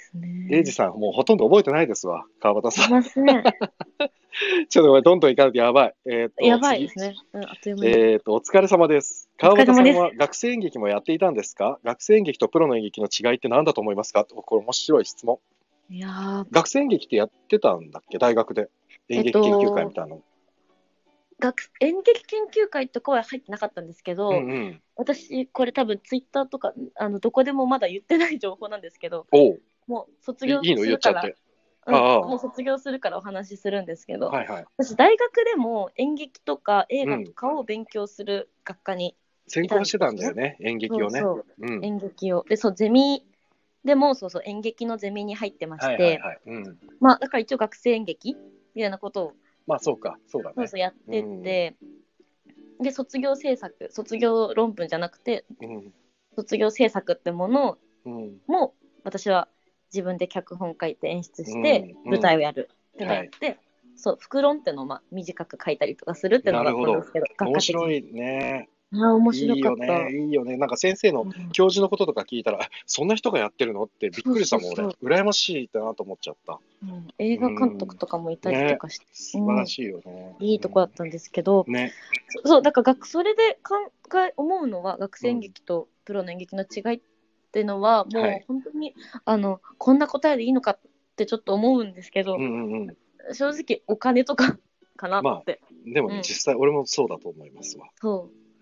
ですね。 エイジさん、もうほとんど覚えてないですわ、川端さん。 いますね。 ちょっとこれどんどんいかないとやばい。えっ、 やと、次。 ばいですね。うん、あっという間に。 えっ、と、お疲れ様です。 お疲川端さんれ様です。 は学生演劇もやっていたんですか？学生演劇とプロの演劇の違いって何だと思いますか？これ面白い質問。 いやー、 学生演劇ってやってたんだっけ？大学で。 えっ演劇研究会みと、 たいなの。 学演劇研究会とかは入ってなかったんですけうど、 んうん。 私、これ多分ツイッターとか、あの、どこでもまだ言ってない情報なんですけど、 おう。 もう卒業いいいのするから、 言っちゃって。 うん、 ああ、 もう卒業するからお話しするんですけど、 はいはい。 私、大学でも演劇とか映うん。 画とかを勉強する学科にいた専攻してんですね。 たんだよね、演劇をね。 そうそう、 うん。 演劇を。で、そう、ゼミでも、そうそう、演劇のゼミに入ってまして、 はいはいはい。うん。 まあ、だから一応学生演劇みたいなことを、 まあそうか、そうだね。 そうそうやってうん。 て、で、卒業制作、卒業論文じゃなくて、 うん。 卒業制作ってものうん。 も、私は自分で脚本書いて演出うしてん。う舞台をん。 やるってのをはい。 やって、そう、副論ってのをまあ短く書いたりとかするっていうのがあっなるほど。 たんですけど、学科的に。 面白いね。 ああ、面い白かった。 いよね。いいよね。なんか先生のうん、 教授のこととか聞いたら、あ、そんな人がやってるのってびっそうくりしたもん、俺。 そうそう、 羨ましいってなと思っちゃった。 うん。映う画監督ん。 とかもいたりとね。 かして、 素晴うん、 らしいよね。 いいとこだったんですけど、 うん、ね。 そそう、だから学それで考え思うのは、学生演うん。 劇とプロの演劇の違いっていうのは、 はい。 もう本当にあのこんな答えでいいのかってちょっと思うんですけど、 うんうんうん。 正直お金とかかなっまあ、 て。 でもね、 うん、 実際俺もそうだと思いますわ。 そう。 うん。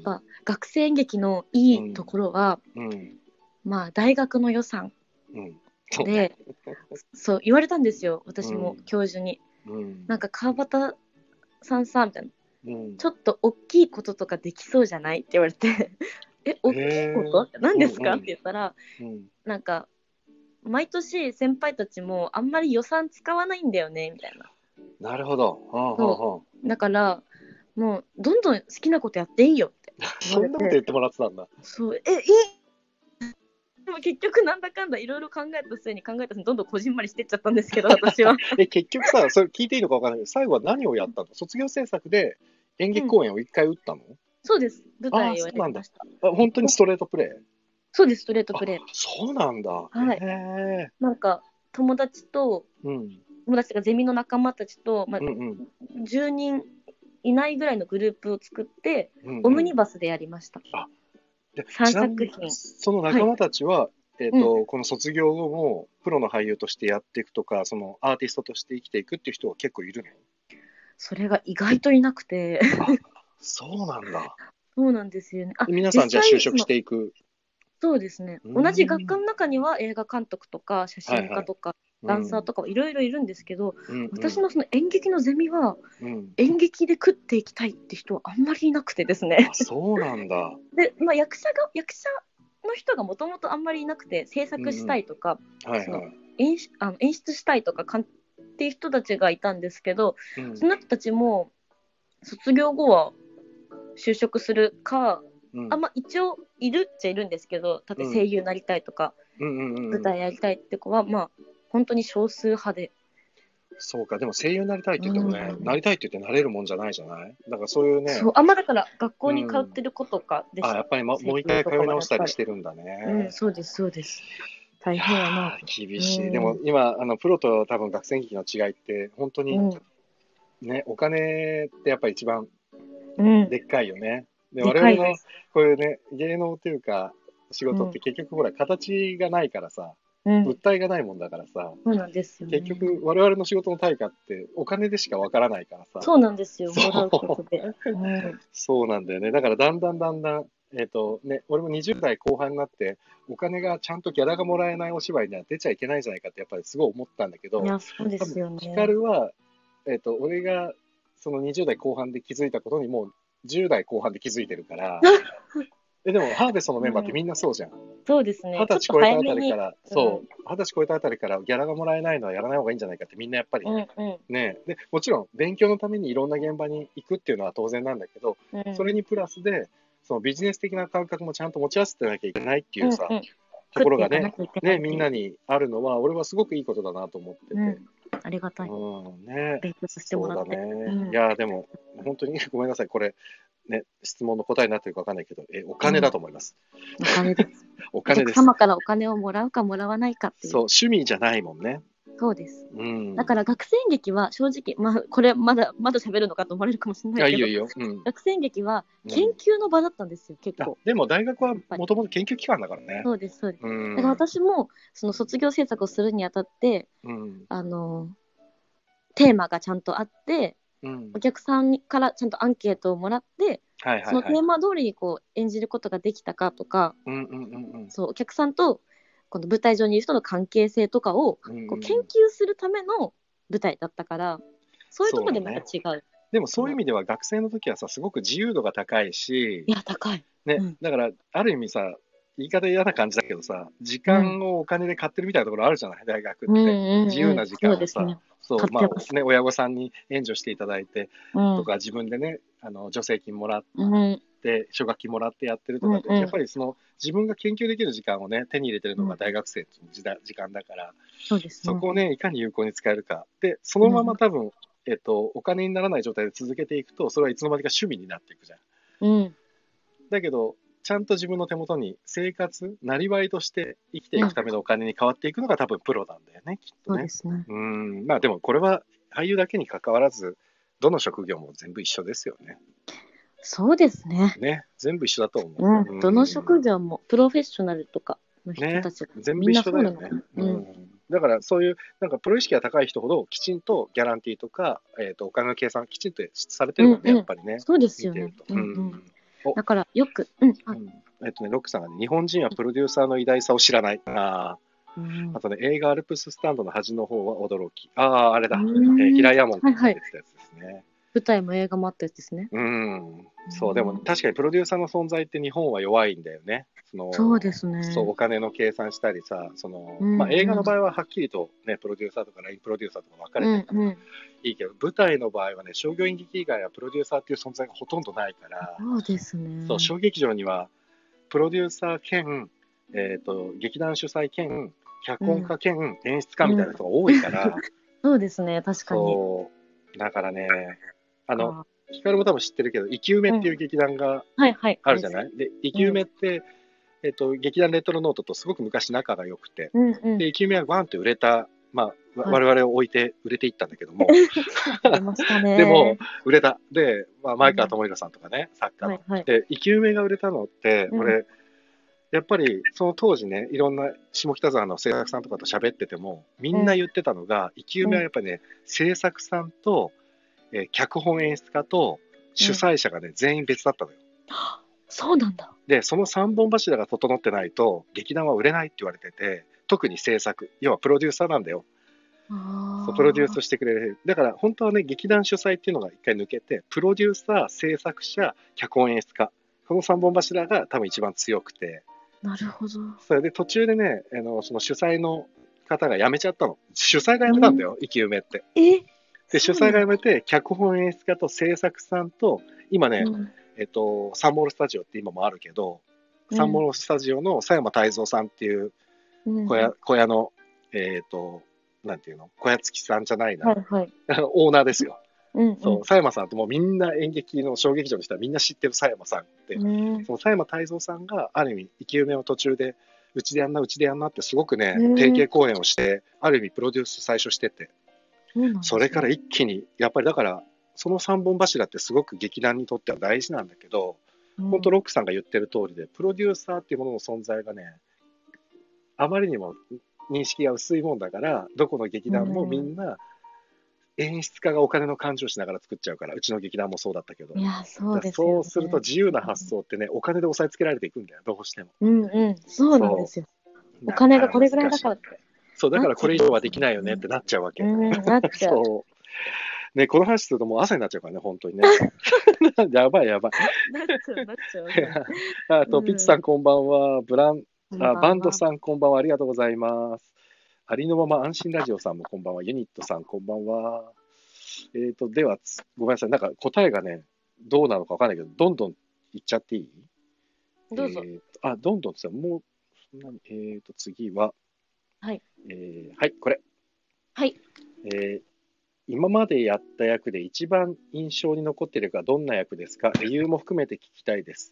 やっぱ学生演劇のいいとうん。 ころは、 うん。 まあ大学の予算うん。そうね。 で、そう言われたんですよ、私もうん。 教授に。 うん。 なんか川端さんさ、みたいな。 うん。 ちょっと大きいこととかできそうじゃないって言われて、え、大へきいこえ。 と何うんですかってうん。 言ったら、 うん。 なんか、毎年先輩たちもあんまり予算使わないんだよね、みたいな。 なるほど。はあはあそはあ。 う。だから、もう、どんどん好きなことやっていいよって言わそれて、 んなこと言ってもらってたんだ。 そう、え、いいでも結局なんだかんだいろいろ考えた末に考えた末にどんどんこじんまりしてっちゃったんですけど、私は。 え、結局さ、それ聞いていいのかわからないけど、最後は何をやったの？卒業制作で演うん、 劇公演を一回打ったの？ そうです。舞ああ、 台をそうなんだ。 やりました。 あ、本当にストレートプレイ？ そうです、ストレートあ、 プレイ。 そうなんだ。 はい。 へえ。 なんか、友達と、 うん。 友達がゼミの仲間たちと、まあ、 うんうん。 じゅうにんいないぐらいのグループを作って、 うんオムうん。 ニバスでやりました。 あ、で、 さんちなみに、 さく品。 そのはい。 仲間たちは、えっうん。 と、この卒業後も、プロの俳優としてやっていくとか、そのアーティストとして生きていくっていう人は結構いるの？ それが意外といなくて。 あ、そうなんだ。 そうなんですよね。あ、 皆さんじゃあ就実際、そ職しの、 ていく。 そうですね。 うー同じ学科ん。 の中には映画監督とか写はいはい。 真家とかうん。 ダンサーとかいろいろいるんですけど、 うんうん。 私のその演劇のゼミはうん。 演劇で食っていきたいって人はあんまりいなくてですあ、 ね。 そうなんだ。 で、まあ、役者が役者の人がもともとあんまりいなくて、制作しうんうん。 たいとか、そのはいはい。 演出あの演出したいとかかんっていう人たちがいたんですけど、 うん。 その人たちも卒業後は就職するか、あ、 うん。 まあ、一応いるっちゃいるんですけど、例えば声うん。 優になりたいとか、 うんうんうん舞うん。 台やりたいって子は、まあ、本当に少数派で。 そうか。でも声優になりたいって言ってもね、なうん、 りたいって言ってなれるもんじゃないじゃない？だからそういうね、 そう、あ、まあ、だから学校に通っうん。 てる子とかであ、 した。 やっぱりももう一回声優とか通い直したりはやっぱり。 してるんだうん、 ね。 そうです、そうです。 いや大変やなと。 ー、厳うしい。でもん、 今、あの、プロと多分学生劇の違いって、本当にうん、 ね、お金ってやっぱり一番うん、 でっかいよね。で、 で我々のかいです。 こういうね、芸能というか仕うん、 事って結局ほら、形がないからさ、 うん、 物体がないもんだからさ、 そうなんですよ結ね。 局我々の仕事の対価ってお金でしかわからないからさ、 そうなんですよ、 そもらうことう、 で。うん、 そうなんだよね。だからだんだんだんだん、えっとね、俺もにじゅう代後半になって、お金がちゃんとギャラがもらえないお芝居には出ちゃいけないんじゃないかってやっぱりすごい思ったんだけど、 いや、そうで多分すよヒカね。 ルは、えっと、俺がそのにじゅう代後半で気づいたことにもうじゅう代後半で気づいてるから、え、でもハーベストのメンバーってうん、 みんなそうじゃん。 そうですね。ちょっと二十歳超えた早めに。 あたりから、 うん、 そう、二十歳超えたあたりからギャラがもらえないのはやらない方がいいんじゃないかってみんなやっぱりうん、うん、 ね、で、もちろん勉強のためにいろんな現場に行くっていうのは当然なんだけど、 うん、 それにプラスで、そのビジネス的な感覚もちゃんと持ち合わせてなきゃいけないっていうん、うん。 うさ、と食っていかなころがね、 きゃいけなね、 いっていう。 みんなにあるのは、俺はすごくいいことだなと思ってて。 うん、ありがたい。 うん、ね、 勉強させてもそうだらって。うね。いん、 や、でも、本当にごめんなさい、これ、ね、質問の答えになってるかわかんないけど、え、お金だうん、 と思います。 お金です。 おお金です。 客様からお金をもらうかもらわないかっていう。 そう、趣味じゃないもんね。 そうです。 うん。 だから学生演劇は正直、まあ、これまだまだ喋るのかと思われるかもしれないけど、 いいよいいよ。うん。 学生演劇は研究の場だったんですよ、結構。 でも大学はやっぱりもともと研究機関だからね。 そうです、そうです。 うん。 だから私もその卒業制作をするにあたって、 うん。 あのテーマがちゃんとあって、 うん。 お客さんにからちゃんとアンケートをもらって、 はいはいはい。 そのテーマ通りにこう演じることができたかとか、 うんうんうんうん。 そうお客さんとこの舞台上にいる人の関係性とかをうんうんこう研究するための舞台だったから、そういうところでまた違う。 でもそういう意味では学生の時はさ、すごく自由度が高いしい、や、高い。 ね、 うんだからある意味さ、言い方嫌な感じだけどさ、時間をお金で買ってるみたいなところあるじゃない、大学って。 うんうんうん、 自由な時間をさ、 そうですね。 そう、 買ってまますあね、親御さんに援助していただいてうんとか、自分でね、あの助成金もらっうんて、奨学金もらってやってるとかで、 うんうんやっぱりその自分が研究できる時間をね、手に入れてるのが大学生の時代時間だから、 そうですね。 そこをね、いかに有効に使えるか。で、そのまま多分、えっと、お金にならない状態で続けていくと、それはいつの間にか趣味になっていくじゃん。 うん、 だけど、ちゃんと自分の手元に生活、なりわいとして生きていくためのお金に変わっていくのが多分プロなんだよね、きっとね。 そうですね。 うん、まあでもこれは俳優だけに関わらず、どの職業も全部一緒ですよね。 そうですね。 ね、全部一緒だと思う。 うん、どの職業もプロフェッショナルとかの人ねたちが、 全部みんな一緒だよねそうなのかな。。 ううんんだからそういうなんかプロ意識が高い人ほどきちんとギャランティーとか、えー、とお金の計算きちんとされてるもんね、 うんうんやっぱりね。 そうですよね見てると。。 うんううんん。 おだからよく、うん、あうんえっとね、ロックさんがね、日本人はプロデューサーの偉大さを知らない。あうんあとね、映画アルプススタンドの端の方は驚き。ああ、あれだ。えうんー平井亞門君が出てたやつですね。 舞台も映画もあったやつですね。 うん。そう、でも確かにプロデューサーの存在って日本は弱いんだよね。そのそうですね。 そう、お金の計算したりさ、その、 うんうんまあ映画の場合ははっきりとね、プロデューサーとかラインプロデューサーとか分かれてるからうんうん、 いいけど、舞台の場合はね、商業演劇以外はプロデューサーっていう存在がほとんどないから、 そうですね。 そう、小劇場にはプロデューサー兼、えっと、劇団主催兼、脚本家兼演出家みたいな人が多いから、 そうですね、確かに。 そう、だからね、あの、 あヒカルも多分知ってるけど、生き埋めっていう劇団がはいはい。 あるじゃない、で、生き埋めって、えっと、劇団レトロノートとすごく昔仲が良くて、 うんうん。 で、生き埋めはバーンって売れた、まあ、わはい我々を置いて売れていったんだけども、 出ましたね。 でも、売れた。で、まあ、前川智弘さんとかね、作家の。 はいはい。 で、生き埋めが売れたのって、 うん俺、やっぱりその当時ね、いろんな下北沢の制作さんとかと喋ってても、みんな言ってたのが、生き埋めはやっぱりね、制作さんと、えー脚本演出家と主催者がね、全員別だったのよ。 そうなんだ。 で、そのさんぼん柱が整ってないと、劇団は売れないって言われてて、特に制作、要はプロデューサーなんだよ。 あそうプロデュースしてくれる。だから本当はね、劇団主催っていうのが一回抜けて、プロデューサー、制作者、脚本演出家。このさんぼん柱が多分一番強くて。 なるほど。 それで途中でね、あのその主催の方が辞めちゃったの。主催が辞めたんだよ、生き埋めって。 えで、主催が辞めて、脚本演出家と制作さんと、今ね、 うんえっと、サンモールスタジオって今もあるけど、サンモールスタジオの佐山泰造さんっていううん小屋、小屋の、えっと、なんていうの小屋付きさんじゃないな、 はいはい。 オーナーですよ。 うんうんそう、佐山さんってもうみんな演劇の小劇場の人はみんな知ってる佐山さんって、 うんその佐山泰造さんがある意味生き埋めを途中でうちでやんなうちでやんなってすごくね、 うん提携公演をしてある意味プロデュース最初してて、 そうなんですねそれから一気にやっぱりだからそのさんぼん柱ってすごく劇団にとっては大事なんだけど、 うん本当ロックさんが言ってる通りでプロデューサーっていうものの存在がねあまりにも認識が薄いもんだから、どこの劇団もみんな演出家がお金の勘定しながら作っちゃうから、うちの劇団もそうだったけど、 いや、そうですよね。 そうすると自由な発想ってね、お金で押さえつけられていくんだよ、どうしても。 うんうん、そうなんですよ。お金がこれぐらいだからって。 そう、だからこれ以上はできないよねってなっちゃうわけ。 うん、なっちゃう。 そうね、この話するともう朝になっちゃうからね、本当にね。やばいやばい。 なっちゃう、なっちゃう。 あと、ピッツさんこんばんは。ブラン、あバンドん。 さんこんばんは。ありがとうございます。ありのまま安心ラジオさんもこんばんは。ユニットさんこんばんは。えっ、ー、と、では、ごめんなさい。なんか答えがね、どうなのかわかんないけど、どんどんいっちゃっていい？ どうぞ。 えー、あ、どんどんですよ。もう、そんなに、えっ、ー、と、次は、 はい。 えー、はい、これ。 はい。 えー、今までやった役で一番印象に残っているのはどんな役ですか？理由も含めて聞きたいです。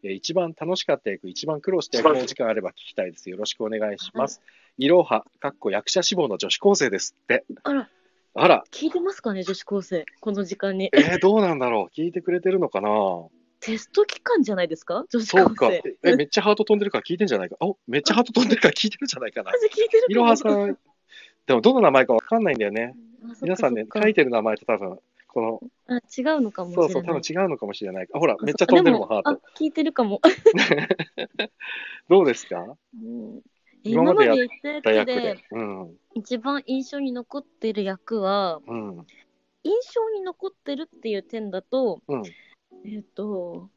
えー一番楽しかった役、一番苦労した役のお時間あれば聞きたいです。よろしくお願いします。いろは、かっこ役者志望の女子高生ですって。 あら、 あら、 聞いてますかね、女子高生。この時間に。 えー、どうなんだろう。聞いてくれてるのかな。 テスト期間じゃないですか、女子そうか。 高生。 え、めっちゃハート飛んでるから聞いてんじゃないか。お、めっちゃハート飛んでるから聞いてるんじゃないかな。 マジ聞いてるいろはさん、でもどの名前かわかんないんだよね。 あ、そっか皆さんね、 そっか書いてる名前と多分、この、 あ、違うのかもしれない。 そうそう、多分違うのかもしれない。あ、ほら、 そっかめっちゃ飛んでるもん、 そっかハート。 あ、聞いてるかも。 どうですか。 うん今までやっやた役った役でで。うん。 一番印象に残ってる役は、 うん。 印象に残ってるっていう点だと、 うん。 えっ、と、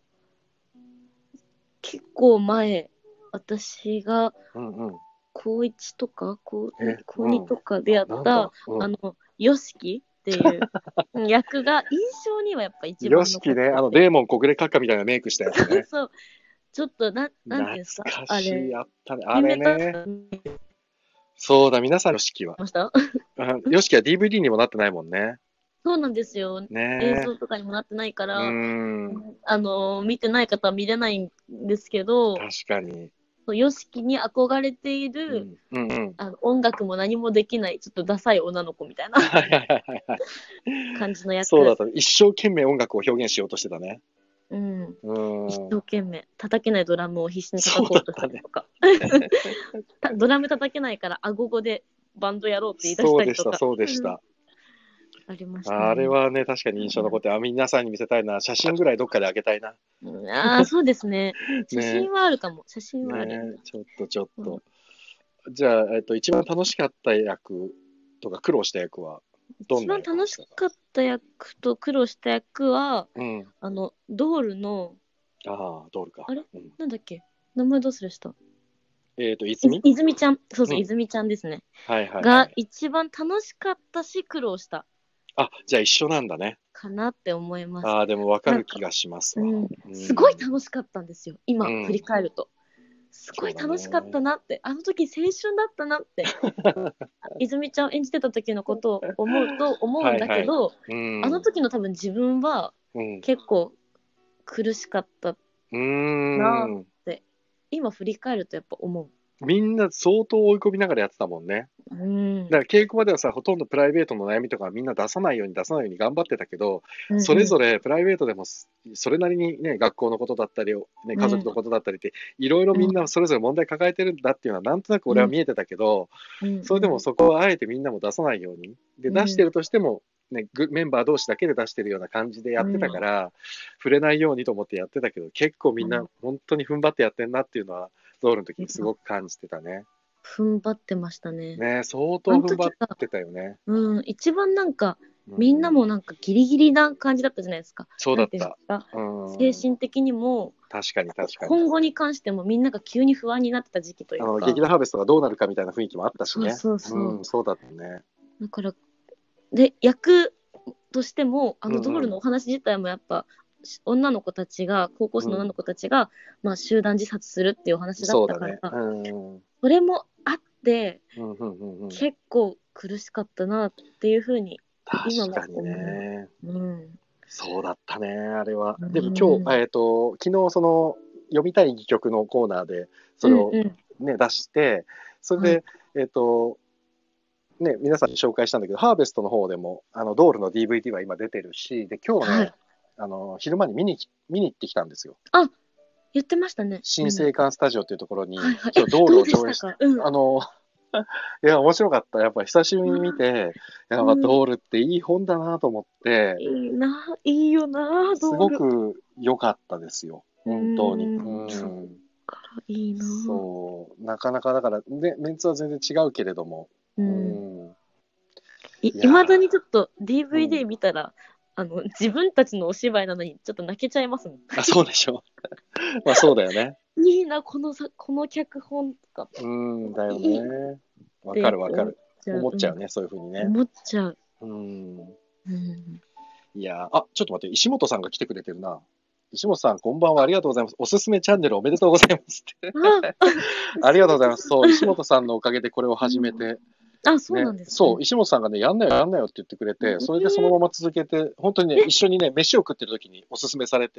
結構前、私がうん。うん。 高いちとか高え高にとかでやった、 なんだ、うん、 あの、ヨシキっていう役が印象にはやっぱ一番よしきね、 残ってて。 あの、デーモン小暮閣下みたいなメイクしたやつね。 そう、ちょっとな、なんていうんですか、 懐かしい、 あれ、 あったね。あれね。 見そうだ、皆さん、よしきは。 ましたよしきは ディーブイディー にもなってないもんね。 そうなんですよ。映ね像とかにもなってないかえ。うら、 ーん。 あの、見てない方は見れないんですけど、 確かに。 ヨシキに憧れていうる、 ん。うんうん。 あの音楽も何もできない、ちょっとダサい女の子みたいなはいはいはいはい。 感じの役。 そうだった。一生懸命音楽を表現しようとしてたね。 うん。 うーん。 一生懸命。叩けないドラムを必死に叩こうとしたりとか。たドラム叩けないから、アゴゴでバンドやろうって言い出しそうでした、 たりとか。 そうでした。 うんありましたね。 あれはね、確かに印象残って、あ、皆さんに見せたいな。写真ぐらいどっかであげたいな。 うんああ、そうですね。写真はあるかも。写真はある。 ね、ちょっとちょっと。じゃあ、えっと、一番楽しかった役とか苦労した役はどん一な番楽しかった役と苦労した役は、 うん。 あの、ドールの、 ああ、ドールか。 あれうん、 なんだっけ名前どうするしたえっ、と、 い泉泉ちゃん。そうそう、 うん泉ちゃんですね。 はいはい、はがい。 一番楽しかったし、苦労したあ、じゃあ一緒なんだね。 かなって思います。 ああ、でも分かる気がしますわ。 うんうんすごい楽しかったんですよ、今うん振り返ると。すごい楽しかったなって、あの時青春だったなって、泉ちゃんを演じてた時のことを思うと思うんだけど、 はいはいうん、 あの時の多分自分はうん、 結構苦しかったうーんなって今振り返るとやっぱ思う。 みんな相当追い込みながらやってたもんね。 うんだから稽古場ではさ、ほとんどプライベートの悩みとかみんな出さないように出さないように頑張ってたけど、 うんうんそれぞれプライベートでもそれなりにね、学校のことだったり、ね、家族のことだったりって、いろいろみんなそれぞれ問題抱えてるんだっていうのはなんとなく俺は見えてたけど、 うんそれでもそこはあえてみんなも出さないように。で、 うん出してるとしても、ね、グメンバー同士だけで出してるような感じでやってたから、触れないようにと思ってやってたけど、結構みんな本当に踏ん張ってやってんなっていうのは、ドールの時にすごく感じてたね。 踏ん張ってましたね。 ね、相当踏ん張ってたよね。 うん、一番なんか、 うんみんなもなんかギリギリな感じだったじゃないですか。 そうだっなんていうんた。 ですかうん精神的にも、 確かに確かに。 今後に関してもみんなが急に不安になってた時期というか。 あの劇団ハーベストがどうなるかみたいな雰囲気もあったしね。 そうそうそううん、そうだったね。 だから、で、役としても、あうんうんのドールのお話自体もやっぱ、女の子たちが、高校生の女の子たちが、まあ集団自殺するっていうお話だったから、 そうだね。うん。 それもあって、 うんうんうんうん。 結構苦しかったなっていうふうに、今も確かにね。 うん。 そうだったね、あれは。 うんでも今日、えっ、と、昨日その、読みたい戯曲のコーナーで、それをうんうんね、出して、それで、えっ、と、ね、皆さんに紹介したんだけど、ハーベストの方でも、あの、ドールの ディーブイディー は今出てるし、で、今日ね、 はいあの、昼間に見に、見に行ってきたんですよ。 言ってましたね。 新青館スタジオっていうところに、 はいはい今日ドールを上映しどうでしてたかうんあの、いや、面白かった。やっぱ久しぶりに見て、やっぱドールっていい本だなと思って、 いいな、いいよな、 すごドール。 く良かったですよ。本当に。 うんうんいいな。 そう。なかなかだから、ね、メンツは全然違うけれども。 う。 うんん。 いいやーまだにちょっと ディーブイディー 見たら、あの、自分たちのお芝居なのにちょっと泣けちゃいますもん。 あ、そうでしょ。まあそうだよね。 いいな、このさ、この脚本とか。 うん、だよね。わかるわかる。思っちゃうね、そういうふうにうん。 ね。 思っちゃう。 うん。 うん。 いやーあ、ちょっと待って、石本さんが来てくれてるな。石本さん、こんばんは。ありがとうございます。おすすめチャンネルおめでとうございますって。 あありがとうございます。そう、石本さんのおかげでこれを始めて。 あ、そうなんです、ねそう、石本さんがね、やんなよ、やんなよって言ってくれて、それでそのまま続けて、本当にね、一緒にね、飯を食ってる時におすすめされて。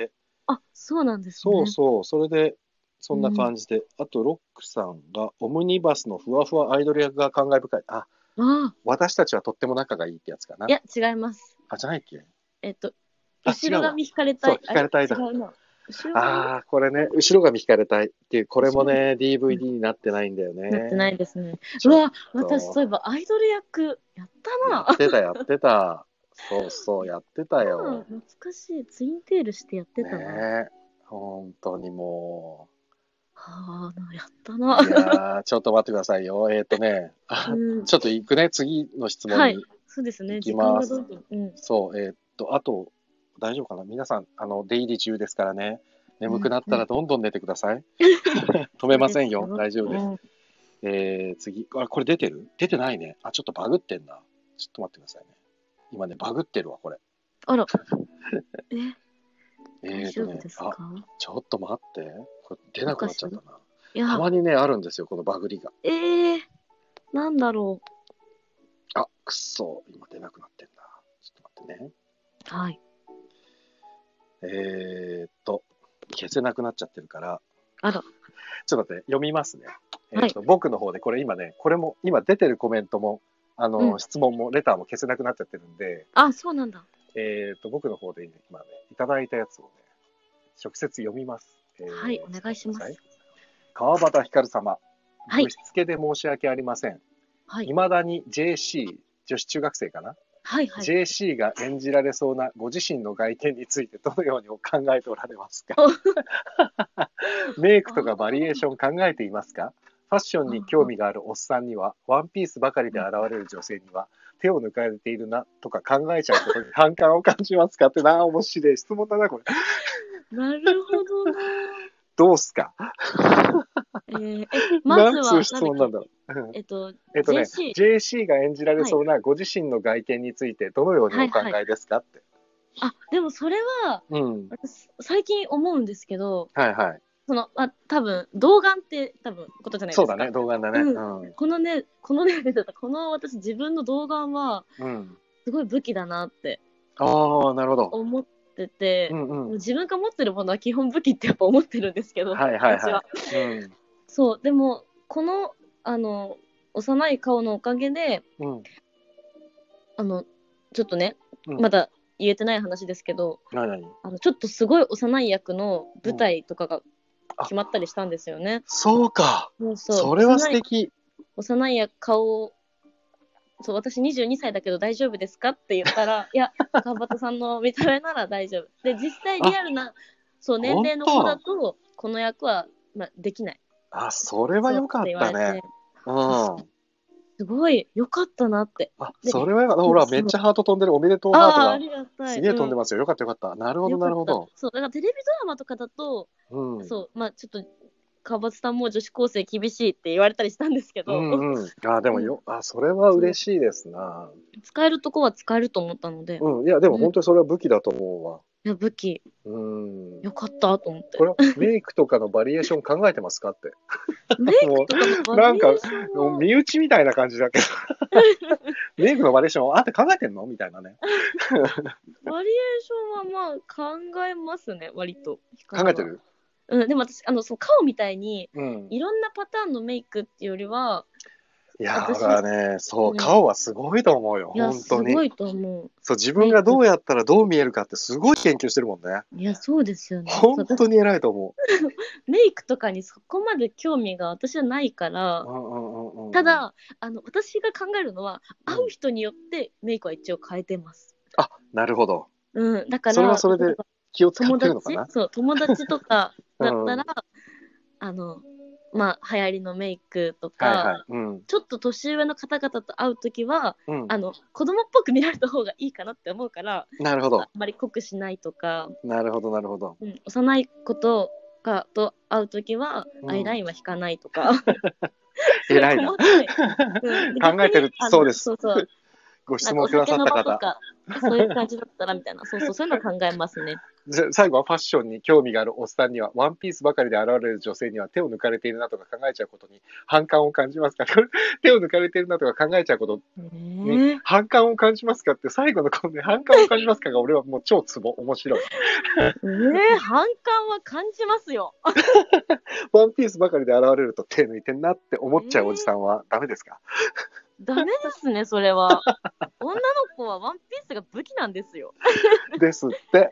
あ、そうなんですね。 そうそう、それで、そんな感じで。あと、ロックさんが、オムニバスのふわふわアイドル役が感慨深い。あ、 ああ、 私たちはとっても仲がいいってやつかな。 いや、違います。 あ、じゃないっけ？ えっと、 あ、違うわ。 後ろ髪引かれたそう、 い。 引かれたいだ。 あれ違うな。後ろ髪ああ、これね、後ろ髪引かれたいっていう、これもね、 後ろディーブイディー になってないんだよなってなね。 いですね。 ちょっうわ、私と、 そういえばアイドル役やったな。 やってた、やってた。そうそう、やってたうん、 よ。 懐かしい。ツインテールしてやってたな。 ねえ、本当にもはあ、やったう。 な。 いやー、ちょっと待ってくださいよ。えっとね、あうん、 ちょっと行くね、次の質問はい、 にそうですね。 行き時間ます。 がどんどん。うん。 そう、えっと、あと、大丈夫かな皆さん、あの、出入り中ですからね。眠くなったらうん、 どんどん寝てください。止めそうませんよ。 ですよ。 大丈夫です。 うん。 えー、次。あ、これ出てる？出てないね。あ、ちょっとバグってんな。ちょっと待ってくださいね。今ね、バグってるわ、これ。 あら、え、 え大ーとね、 丈夫ですあ、 か？ ちょっと待って。これ出なくなっちゃったな。 いや、 たまにね、あるんですよ、このバグりが。 えー、なんだろあ、くっそ。今出なくなってんな。ちょっと待ってね。 う。はい。 えーっと、消せなくなっちゃってるから、 あら、 ちょっと待って、読みますね。えはい。 ーっと、僕の方で、これ今ね、これも、今出てるコメントも、あの、 うん。 質問も、レターも消せなくなっちゃってるんで、 あ、そうなんだ。 えーっと、僕の方で今ね、いただいたやつをね、直接読みます。えーはい、お願いします。 川端ひかる様、 はいぶしつけで申し訳ありません。 はい。 いまだに ジェーシー、女子中学生かな、 はい、はい。 ジェーシー が演じられそうなご自身の外見についてどのようにお考えておられますか？メイクとかバリエーション考えていますか？ファッションに興味があるおっさんには、ワンピースばかりで現れる女性には、手を抜かれているなとか考えちゃうことに反感を感じますかってな、面白い質問だな、これ。 なるほどな。 どうすか？ えー、え、まずは、 なんつう質問なんだろう。うんえっと、 えっとね、 ジェーシー。 ジェーシー が演じられそうなご自身の外見についてどのようにお考はいはい。 えですかって。 あ、でもそれは、 うん。 私、最近思うんですけど、 はいはい。 その、あ、多分、童顔って多分、ことじゃないですか。 そうだね、動画だね。 う。 うんん。 このね、このね、この私、自分の童顔は、 うん。 すごい武器だなってああ、なるほど。 思ってて、 うんうん。 もう自分が持ってるものは基本武器ってやっぱ思ってるんですけど、 はいはいは私は。 い。うん。 そう、でも、この、あの、幼い顔のおかげで、 うん。 あの、ちょっとね、 うんまだ言えてない話ですけど、 なになにあのちょっとすごい幼い役の舞台とかが決まったりしたんですよね。 そうか。 そうそう。 それは素幼い、 敵。 幼い役顔を、そう、私にじゅうにさいだけど大丈夫ですかって言ったら、いや、川端さんの見た目なら大丈夫。で、実際リアルな、そう、年齢の子だと、この役は、まあ、できない。 あ、それはそうよかっって言わたね。 れて、 うん。 すごい良かったなって。 あ、 でそれはよかった。ほら、 そうめっちゃハート飛んでる。おめでとうハートああ、あが。 りがたい。 すげえ飛んでますよ。よかったよかった。なるほどよかった。 なるほど。 そう、だからテレビドラマとかだと、 うん。 そう、まあちょっと、川端さんも女子高生厳しいって言われたりしたんですけうど、 んうん。あ、でもよ、あ、それは嬉しいですな。 使えるとこは使えると思ったので、 うん。いや、でもうん、 本当にそれは武器だと思うわ。 いや武器、 うん。 よかったと思って。 これはメイクとかのバリエーション考えてますかって。 メイクとかのバリエーションもうは、 身内みたいな感じだけど。メイクのバリエーション、あって考えてんのみたいなね。 バリエーションはまあ考えますね、割と。 考えてるうん、でも私、あの、そう顔みたいに、 うん。 いろんなパターンのメイクっていうよりは、 いや、 私だからね、そうう、 ん顔はすごいと思うよ、 いや、 本当に。 すごいと思う。 そう、自分がどうやったらどう見えるかってすごい研究してるもんね。 いや、そうですよね。 本当に偉いと思メイクとかにそこまで興味が私はないからう。う、んうんうんうん。 た、だ、あの、私が考えるのは、 うん会う人によってメイクは一応変えてます。 あ、なるほど。 うん、だから、 それはそれで例えば気を使っ友てるのかな達そう、友達とかだったら、 うんあの、まあ、流行りのメイクとか、 はいはい。うん。 ちょっと年上の方々と会うときは、 うん。 あの、子供っぽく見られた方がいいかなって思うから、 なるほどあ。んまり濃くしないとか、 なるほど、なるほど。 うん、幼い子とかと会うときは、 うんアイラインは引かないとか、 偉いな。 細かいうんで考えてる逆にあのそうですそうそうご質なんかお問くださ酒のった方。 場とか、そういう感じだったらみたいな、そうそう、そういうの考えますね。 じゃ最後はファッションに興味があるおっさんには、ワンピースばかりで現れる女性には手を抜かれているなとか考えちゃうことに反感を感じますか？これ手を抜かれているなとか考えちゃうことえにー、 反感を感じますかって最後のこのね、反感を感じますかが俺はもう超ツボ、面白い。 えー、反感は感じますよ。 ワンピースばかりで現れると手抜いてんなって思っちゃうおじさんはダメですか？ ダメですね、それは。女の子はワンピースが武器なんですよ。 ですって。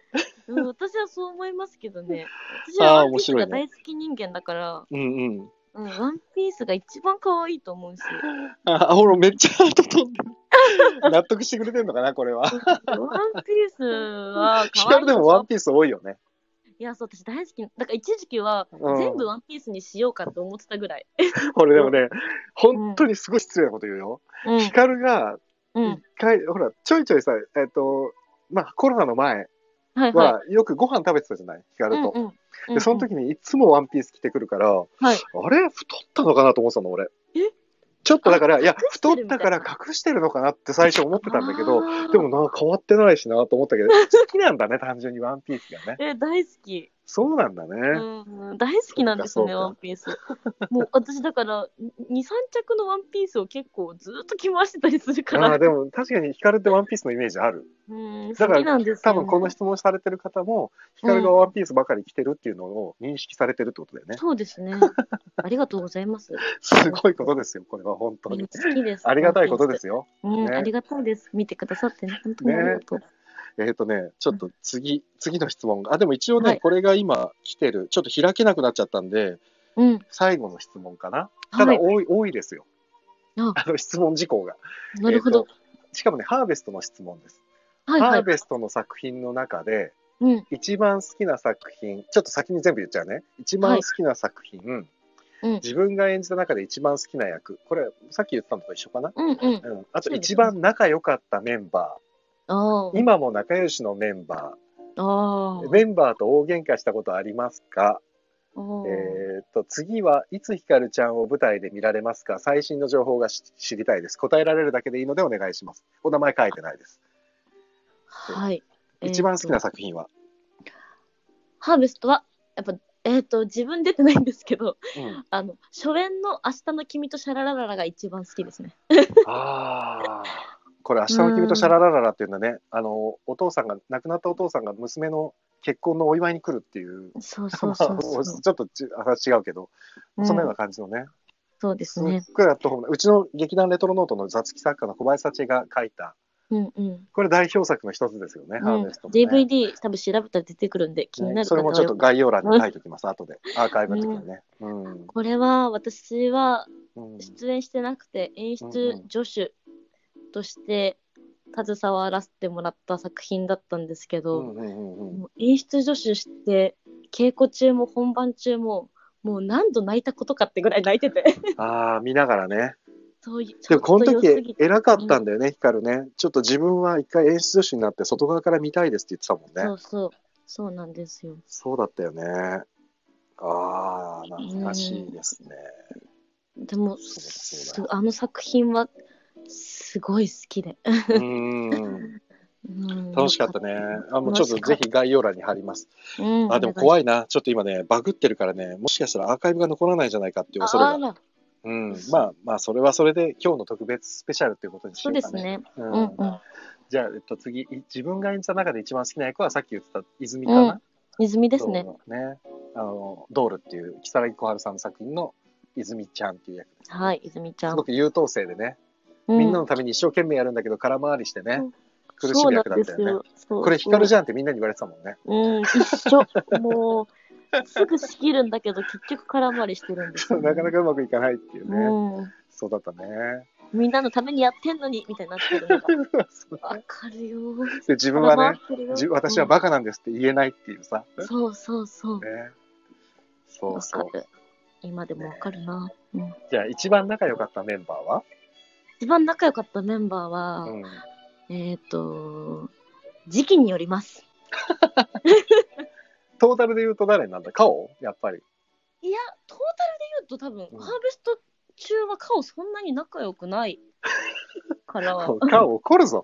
うん、私はそう思いますけどね。私ああ、 はワンピース面白いね。 が大好き人間だから、 うんうん。 うん、ワンピースが一番可愛いと思うし。 あ、ほら、めっちゃハート飛んでる。納得してくれてんのかな、これは。 ワンピースはヒ可愛いのカルでもワンピース多いよね。 いや、そう、私大好き。だから一時期はうん全部ワンピースにしようかと思ってたぐらい。 俺でもね、本当にすごい失礼なこと言うよ。 うんヒカルが一うん。 回、ほら、ちょいちょいさ、えっと、まあ、コロナの前はいはい。 はよくご飯食べてたじゃない、ヒカルと。 うんうん。うんうんで、その時にいつもワンピース着てくるから、 はい。 あれ太ったのかなと思ってたの、俺。 えちょっとだから、いや、 隠して太るみたいなったから隠してるのかなって最初思ってたんだけど、 あーでもな、変わってないしなと思ったけど、好きなんだね、単純にワンピースがね。 え、大好き。 そうなんだね。 うん、大好きなんですね、 そうかそうかワンピース。もう私だから、に、さん着のワンピースを結構ずっと着回してたりするから。 ああ、でも確かにヒカルってワンピースのイメージある。 うん、 だから好きなんですよ、ね。 多分この質問されてる方も、ヒカルがワンピースばかり着てるっていうのを認識されてるってことだよね。 そうですね。ありがとうございます。 すごいことですよ、これは本当うんに。 好きです。 ありがたいことですよ。 うん、 ねありがたいです。見てくださってね、本当にありがとう。 えっ、とね、ちょっと次、次の質問が、あ、でも一応ね、 はいこれが今来てる、ちょっと開けなくなっちゃったんで、 うん。 最後の質問かな。たはい。 だ多い、多いですよ。 あ、 あの質問事項が。 なるほど。 えーとしかもね、ハーベストの質問です。 はいはい。 ハーベストの作品の中で、 うん。 一番好きな作品、ちょっと先に全部言っちゃうね。一番好きな作品、 うん。 自分が演じた中で一番好きな役。これ、さっき言ったのと一緒かな。 うんうん。 うん。あとそうですね一番仲良かったメンバあー。今も仲良しのメンバあ。あー。メンバーと大喧嘩したことありますか？ あ。ーえっと、次はいつひかるちゃんを舞台で見られますか？最新の情報が知りたいです。答えられるだけでいいのでお願いします。お名前書いてないです。 はい。 一番好きなえーと作品は、 ハーベストは、やっぱ、えっ、と、自分出てないんですけど、 うん、 あの、初演の明日の君とシャララララが一番好きですね。 ああ、これ明日の君とシャララララっていうのはね、あの、お父さんが、亡くなったお父さんが娘の結婚のお祝いに来るっていう、 そうそうそうそう。 ちょっとち話違うけど、 うんそんなような感じのね、 そうですすっね。 ごいアットホームな、うちの劇団レトロノートの雑記作家の小林幸恵が書いた、 うんうん。 これ代表作の一つですよね、ハーベストのね。 ディーブイディー 多分調べたら出てくるんで、気になね、 る方はそれもちょっと概要欄に書いておきます、後で。アーカイブの時にね。うん。 これは私はうん出演してなくて演うんう出ん助手として携わらせてもらった作品だったんですけど、 うんうんうんうんもう演出助手して稽古中も本番中ももう何度泣いたことかってぐらい泣いててああ、見ながらね。 そういうちでもこのょっと良す時ぎて偉かったんだよね、ヒカルね。ちょっと自分は一回演出助手になって外側から見たいですって言ってたもんね。 そうそうそうなんですよ。 そうだったよね。ああ、懐かしいですね。 でもそうだすあの作品はすごい好きで、 うーん。 うん楽しかったね。あ、もうちょっとぜひ概要欄に貼ります。 うん、 あ、でも怖いな。ちょっと今ね、バグってるからね、もしかしたらアーカイブが残らないんじゃないかっていう恐れが。 あらうん。まあまあ、それはそれで今日の特別スペシャルっていうことにしそうようかね。 ですね。 ううんんうん。 じゃあ、えっと、次、い自分が演じた中で一番好きな役はさっき言ってた泉かな、 泉ですね。 そうね。あの、ドールっていう、木更木小春さんの作品の泉ちゃんっていう役です。 はい、泉ちゃん。 すごく優等生でね、 うんみんなのために一生懸命やるんだけど、空回りしてね、 うん苦しむ役だったよね。 そうなんですよ。 これ、光じゃゃんってみんなに言われてたもんね。 うん、一緒。もう、すぐ仕切るんだけど、結局空回りしてるんですよ、ね。 なかなかうまくいかないっていうね。 うん。 そうだったね。 みんなのためにやってんのに、みたいになってるのが。 そうわかるよ。 で自分はね空回ってるよじ、私はバカなんですって言えないっていうさ。 うんそうそうそう。 ね、そうわそう。 かる。今でもわかるな。うん。 じゃあ、一番仲良かったメンバーは、 一番仲良かったメンバーは、 うん、 えっ、と、時期によります。 トータルで言うと誰なんだ、顔やっぱり。 いや、トータルで言うと多分、 うんハーベスト中はカオそんなに仲良くないから、 カオ怒るぞ。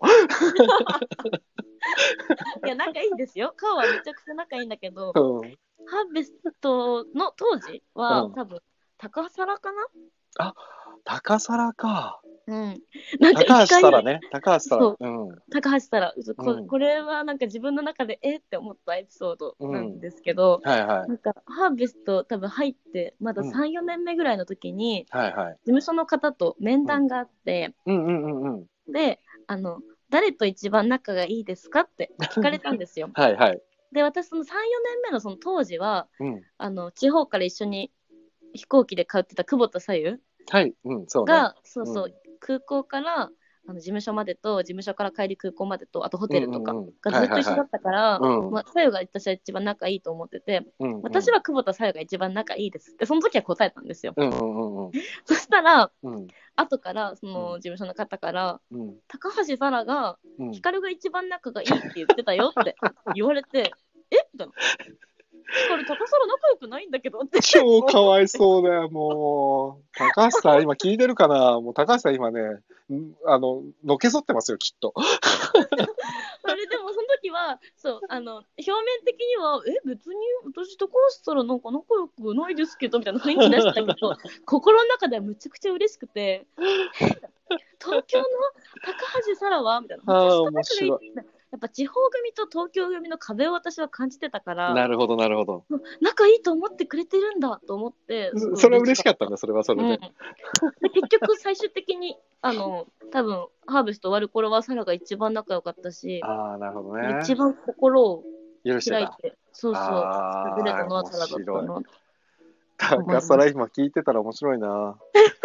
いや、仲いいんですよ。カオはめちゃくちゃ仲いいんだけど、 うん、 ハーベストの当時は、 うん、 多分、高皿かな。 あ、高皿か。 うん。なんか高橋一回、 皿ね。高橋皿。 そう、 うん。 高橋皿、こうん。 これはなんか自分の中でえって思ったエピソードうん。 なんですけど、 はいはい。 なんかハーベスト多分入ってまだうん。 さん、よねんめぐらいの時に、 はいはい。 事務所の方と面うん。 談があって、 うんうんうんうん。 で、あの、誰と一番仲がいいですかって聞かれたんですよ。 はいはい。 で、私そのさん、よねんめのその当時は、 うん。 あの、地方から一緒に飛行機で通ってた久保田さゆはい。うん、そうね。 が、そうそう、 うん。 空港からあの事務所までと、事務所から帰り空港までと、あとホうんテルとかうんうん。 がずっと一緒だはいはいはい。 ったから、 うん。 まあ、さゆが私は一番仲いいと思ってて、 うんうん。 私は久保田さゆが一番仲いいですって、その時は答えたんですよ。 うんうんうんうん。 そしたら、 うん。 後からそうん。 の事務所の方から、 うん。 高橋沙羅が、 うん。 光が一番仲がいいって言ってたよって言われて、えみたいな。光、高沙羅仲良くないんだけどって超かわいそうだよ、もう。高橋さん、今聞いてるかな。もう高橋さん、今ね、んあの、のけぞってますよ、きっと。 それでもその時は、そう、あの、表面的には、え、別に私高橋沙羅なんか仲良くないですけど、みたいな雰囲気出してたけど、心の中ではむちゃくちゃ嬉しくて、東京の高橋沙羅はみたいな。 ああ、 私と面白い。 やっぱ地方組と東京組の壁を私は感じてたから、 なるほど、なるほど。 仲いいと思ってくれてるんだと思って、すごいそれは嬉しかった。 嬉しかったんだ、それはそれうん、 で。 で結局最終的にあの多分ハーベスト終わる頃はサラが一番仲良かったし、 ああ、なるほどね。 一番心を許してた。 開いて、そうそう、喋れああ、 たのは面サラだった白い。 なと思い高さらます。 今聞いてたら面白いな。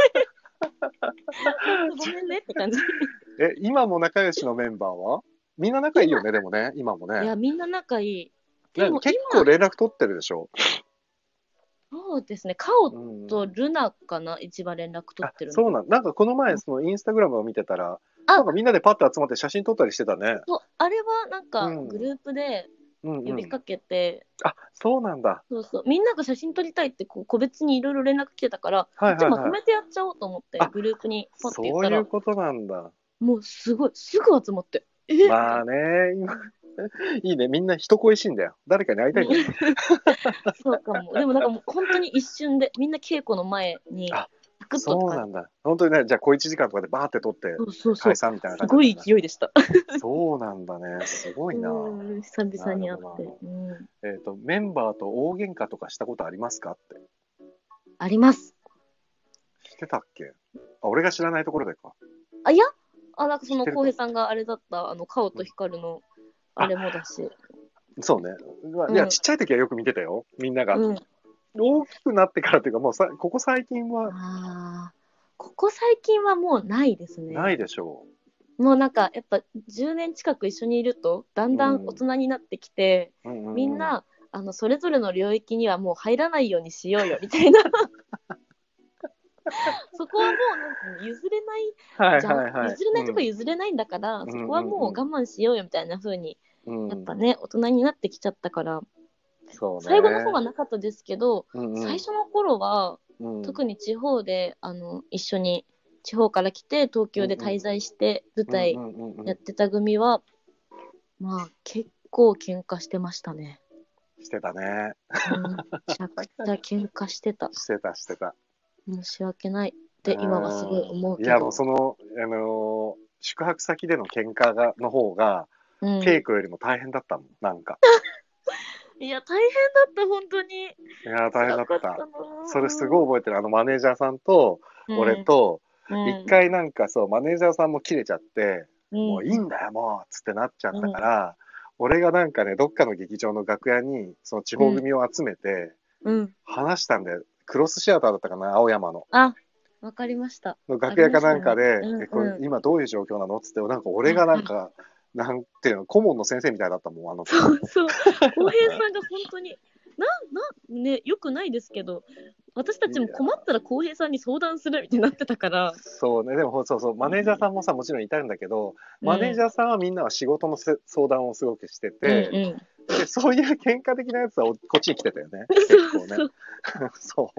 ごめんねって感じ。 え、今も仲良しのメンバーはみんな仲いいよね、でもね、今もね。 いや、みんな仲いい。でねも結構連絡取ってるでしょ。 そうですね、カオうん。 とルナかな、一番連絡取あ、 ってるの。 そうなんなんかこの前、そのインスタグラムを見てたら、なあ、 んかみんなでパッと集まって写真撮ったりしてたね。 そう、あれはなんかうん。 グループでうんうん。 呼びかけて、 あ、そうなんだ。 そうそう、みんなが写真撮りたいってこう個別にいろいろ連絡来てたから、じゃあまとはいはいはい。 めてやっちゃおうと思ってあ、 グループにポッて言っそうたら、 いうことなんだ。 もうすごい、すぐ集まって、えみたいな。 まあね、今、いいね。みんな人恋しいんだよ。誰かに会いたいんだよね。 そうかも。でもなんかもう本当に一瞬で、みんな稽古の前に、 あ、 サクッとって感じ。 そうなんだ。本当にね、じゃあ小いちじかんとかでバーって撮ってそうそうそう。 解散みたいなすごい感じだったんだ。 勢いでした。 そうなんだね。すごいな。 うん、久々 なるに会って。 ほどなるほうん、 ど。えっと、メンバーと大喧嘩とかしたことありますかって。 あります。 してたっけ？あ、俺が知らないところでか。 あ、いや、あ、なんかその知ってるか。 浩平さんがあれだった、あの、カオと光のああ、 れもだし。 そうね。まあいや、 うん、 ちっちゃい時はよく見てたよ。みんなが。 うん。 大きくなってからっていうか、もうさ、ここ最近はああ、ここ最近はもうないですね。 ないでしょもうなんか、やっぱじゅうねん近く一緒にいると、だんう。うだんん。 大人になってきて、 うんうんうん。 みんな、あの、それぞれの領域にはもう入らないようにしようよ、みたいな。そこはもうなんか譲れないはいじゃん。 はいはい。 譲れないとこうん。 譲れないんだから、 うんそこはもう我慢しようよ、みたいな風に、 うんうん。 やっぱね、大人になってきちゃったから、 そう最後の方ね。 はなかったですけど、 うんうん。 最初の頃は、 うん。 特に地方であの一緒に地方から来て東京で滞在して舞うんう台んうんうん。 やってた組は、まあ結構喧嘩してましたね。 してたね。 うん、めちゃくちゃ喧嘩してた。 してたしてた。 申し訳ないって今はすごい思ういや、もうけど。 その、あのー宿泊先での喧嘩が、の方が、 うん、 稽古よりも大変だったもん、なんか。 いや、大変だった、本当に。 いや、大変だった。 辛かったな。 それすごい覚えてる。あの、マネージャーさんと、 うん、 俺と、一、 うん、 回なんかそう、マネージャーさんも切れちゃって、 うん、 もういいんだよ、もうつってなっちゃったから、俺がなんかね、どっかの劇場の楽屋に、その地方組を集めて、 うん、 話したんで、クロスシアターだったかな、青山の。 あ、わかりました。 の楽屋かなんかで、 ね、うんうん、 えこれ今どういう状況なのっつって、なんか俺がなんか、なんていうの、顧問の先生みたいだったもん、あの。 そうそう。浩平さんが本当に、な、な、ね、よくないですけど、私たちも困ったら浩平さんに相談するみたいになってたから。 そうね、でもそうそう、マネージャーさんもさ、もちろんいたんだけど、マネージャーさんはみんなは仕事のせ相談をすごくしてて、 うんうん、 でそういう喧嘩的なやつはこっちに来てたよね。結構ね。そう。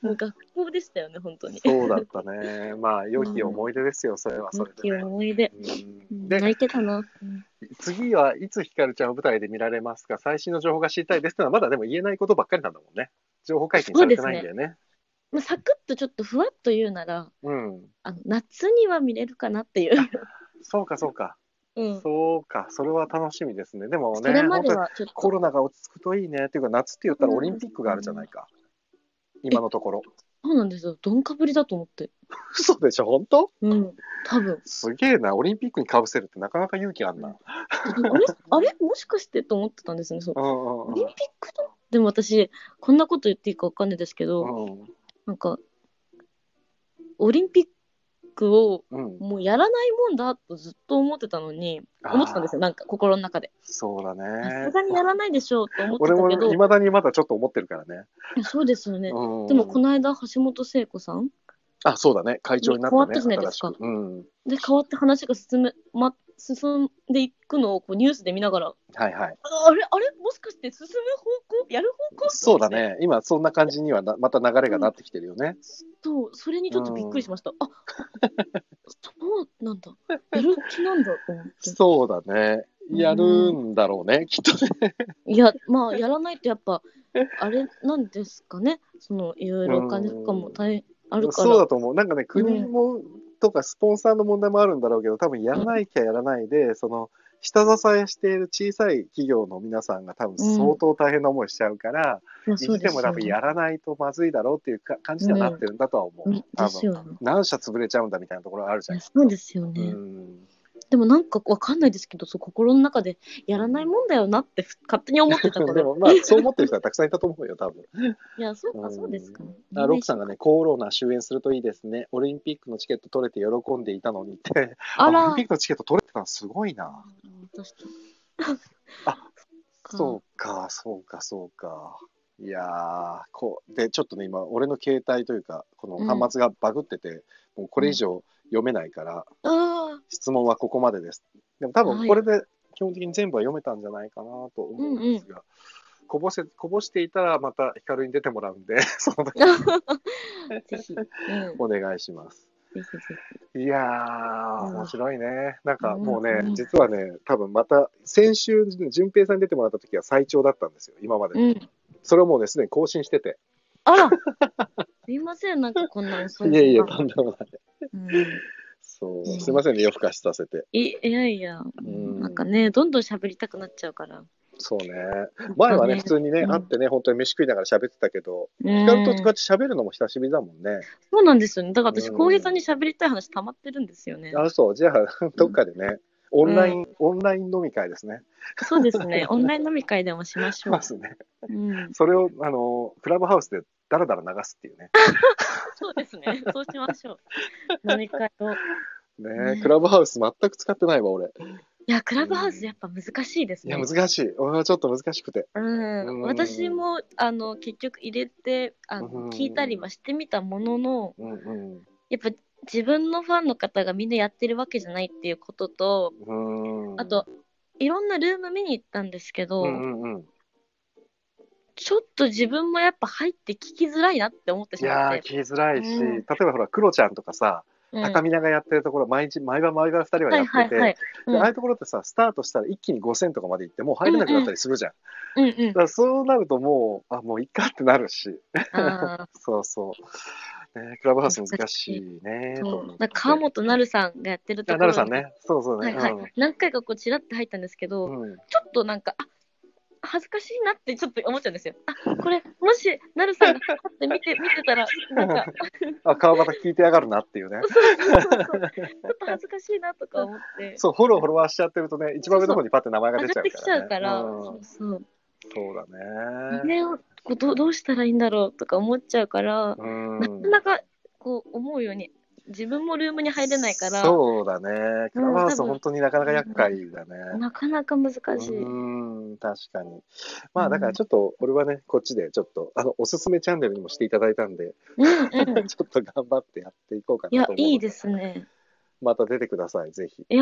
もう学校でしたよね、本当に。 そうだったね。まあ、良き思い出ですよ、それはそれで、 良きね。 思い出。 うんで、 で、 泣いてたな。うん次はいつひかるちゃんを舞台で見られますか、最新の情報が知りたいですってのは、まだでも言えないことばっかりなんだもんね。情報解禁されてないんだよね。 まあ、サクッとちょっとふわっと言うなら、 うん。 あの夏には見れるかなっていう。 そうか、そうか。 うん。 そうか、それは楽しみですね。でもね、 それま本当にではちょっと。 コロナが落ち着くといいね。っていうか、夏って言ったらオリンピックがあるじゃないか。今のところ。 そうなんですよ。どんかぶりだと思って。 嘘でしょ、本当？ うん。多分。 すげえな、オリンピックにかぶせるってなかなか勇気あんな。 あれあれもしかしてと思ってたんですね。そう。 うんうんうん。 オリンピックだ。でも私、こんなこと言っていいかわかんないですけど、 うんなんか、オリンピックをうん。 もうやらないもんだとずっと思ってたのに、思ってたんですよ。なんか心の中で。 そうださすね。 がにやらないでしょうと思って俺もたけど、 未だにまだちょっと思ってるからね。 いやそうですよね。 うん。 でもこの間、橋本聖子さんあ、そうだね。会長になったね。 変わったじゃないですか新しく。うん。 で、変わって話が進め、ま、進んでいくのをこうニュースで見ながら、 はいはい。 ああれあれもしかして進む方向やる方向そうだ。ね。今そんな感じにはなまた流れがなってきてるよね。 そう、それにちょっとびっくりしました。あ、そうなんだ。やる気なんだと思って。 そうだね。やるんだろうね、きっとね。 いや、まあ、やらないとやっぱ、あれなんですかね。その、いろいろお金とかも大変あるから。 そうだと思う。なんかね、国も、とかスポンサーの問題もあるんだろうけど、多分やらないきゃやらないで、その、下支えしている小さい企業の皆さんが多分相当大変な思いしちゃうから、 まあ意地でも多分やらないとまずいだろうっていうか感じにはなってるんだとは思う。 うん多ですよね分。何社潰れちゃうんだみたいなところあるじゃん。 いやそうですようね。 ん。 でもなんかわかんないですけど、そう心の中でやらないもんだよなってふ勝手に思ってたかでら。 もまあ、そう思ってる人はたくさんいたと思うよ、多分。 いや、そうか、 うんそうですかね。 あロックさんがね、コロナ終焉するといいですね。オリンピックのチケット取れて喜んでいたのにって。 あらオリンピックのチケット取れてたのすごいな。 私と。 あ、そうか、そうか、そうか。いやー、こう、で、ちょっとね、今、俺の携帯というか、この端末がバグってて、もうこれ以上読めないから、 あ質問はここまでです。でも多はい分これで基本的に全部は読めたんじゃないかなと思うんですが、こぼせ、こぼしていたらまたヒカルに出てもらうんで、その時あ。ぜひ。うん。 お願いします。 ぜひぜいやー、面白いね。なんかもうね、 うん実はね、多分また、先週、淳平さんに出てもらった時は最長だったんですよ、今までひ。 で。 うん。 それをもうね、すでに更新してて。 あらすいません、なんかこんな遅い時間。 いえいえ、とんでもない。 うん。 そうう、 んすいませんね、夜更かしさせて。 いいやいや、 んなんかね、どんどん喋りたくなっちゃうから。 そうね。前はね、 ね普通にね、 うん会ってね、本当に飯食いながら喋ってたけど、 うんヒカルとこうやって喋るのも久しぶりだもんね。 そうなんですよね。だから私、 うん浩平さんに喋りたい話溜まってるんですよね。 あ、そう、じゃあ、どっかでね、オンライン、オンライン飲み会ですね。 そうですね。オンライン飲み会でもしましょうま。すね。 うん。 それを、あの、クラブハウスでダラダラ流すっていうね。 そうですね。そうしましょう。飲み会を。 ねねクラブハウス全く使ってないわ、俺。 いや、クラブハウスやっぱ難しいですいや、 ね。 難しい。俺はちょっと難しくて。 うん、 うん私もあの結局入れてあのうん聞いたりはしてみたものの、 うんやっぱ自分のファンの方がみんなやってるわけじゃないっていうことと、 うん。うん。 あといろんなルーム見に行ったんですけど、 うんうんうん。 ちょっと自分もやっぱ入って聞きづらいなって思っていしまって。 やー、聞きづらいし、 うん例えばほら、クロちゃんとかさ、 うん高見菜がやってるところ、毎日、毎晩毎晩二人ははいやってて、 はいはい。うんでああいうところってさ、スタートしたら一気にごせんとかまで行って、もう入れなくなったりするじゃん。 うんうんだからそうなるともう、あ、もういっかってなるし。 あそうそう。ね、クラブハウス難しいね。 ーそうと思ってなんか川本なるさんがやってるとあ、 ころに、 なるさんね。そうそうね。 はいはい、何回かこうちらって入ったんですけど、 うん。うん。 ちょっとなんか、あ恥ずかしいなってちょっと思っちゃうんですよ。あ、これ、もし、なるさんがパッて見て、見てたら、なんか、 あ、川端聞いてやがるなっていうね。 そうそうそうそう、ちょっと恥ずかしいなとか思って、 そう、フォローフォロワーしちゃってるとね、一番上の方にパッて名前が出ちゃう上がってきちからね。 ゃうから、 うんそうそう。 そうだね。 これをこうどうどうしたらいいんだろうとか思っちゃうから、 うん。 なかなかこう思うように、自分もルームに入れないから、 そうだね。クラブハウスうん多分本当になかなか厄介だね。 なかなか難しい。 うん、確かに。まあだからちょっと、俺はね、こっちでちょっと、あの、おすすめチャンネルにもしていただいたんで、 うんうん。 ちょっと頑張ってやっていこうかいやなと、思うので。 いいですね。 また出てください、ぜひ。 いや、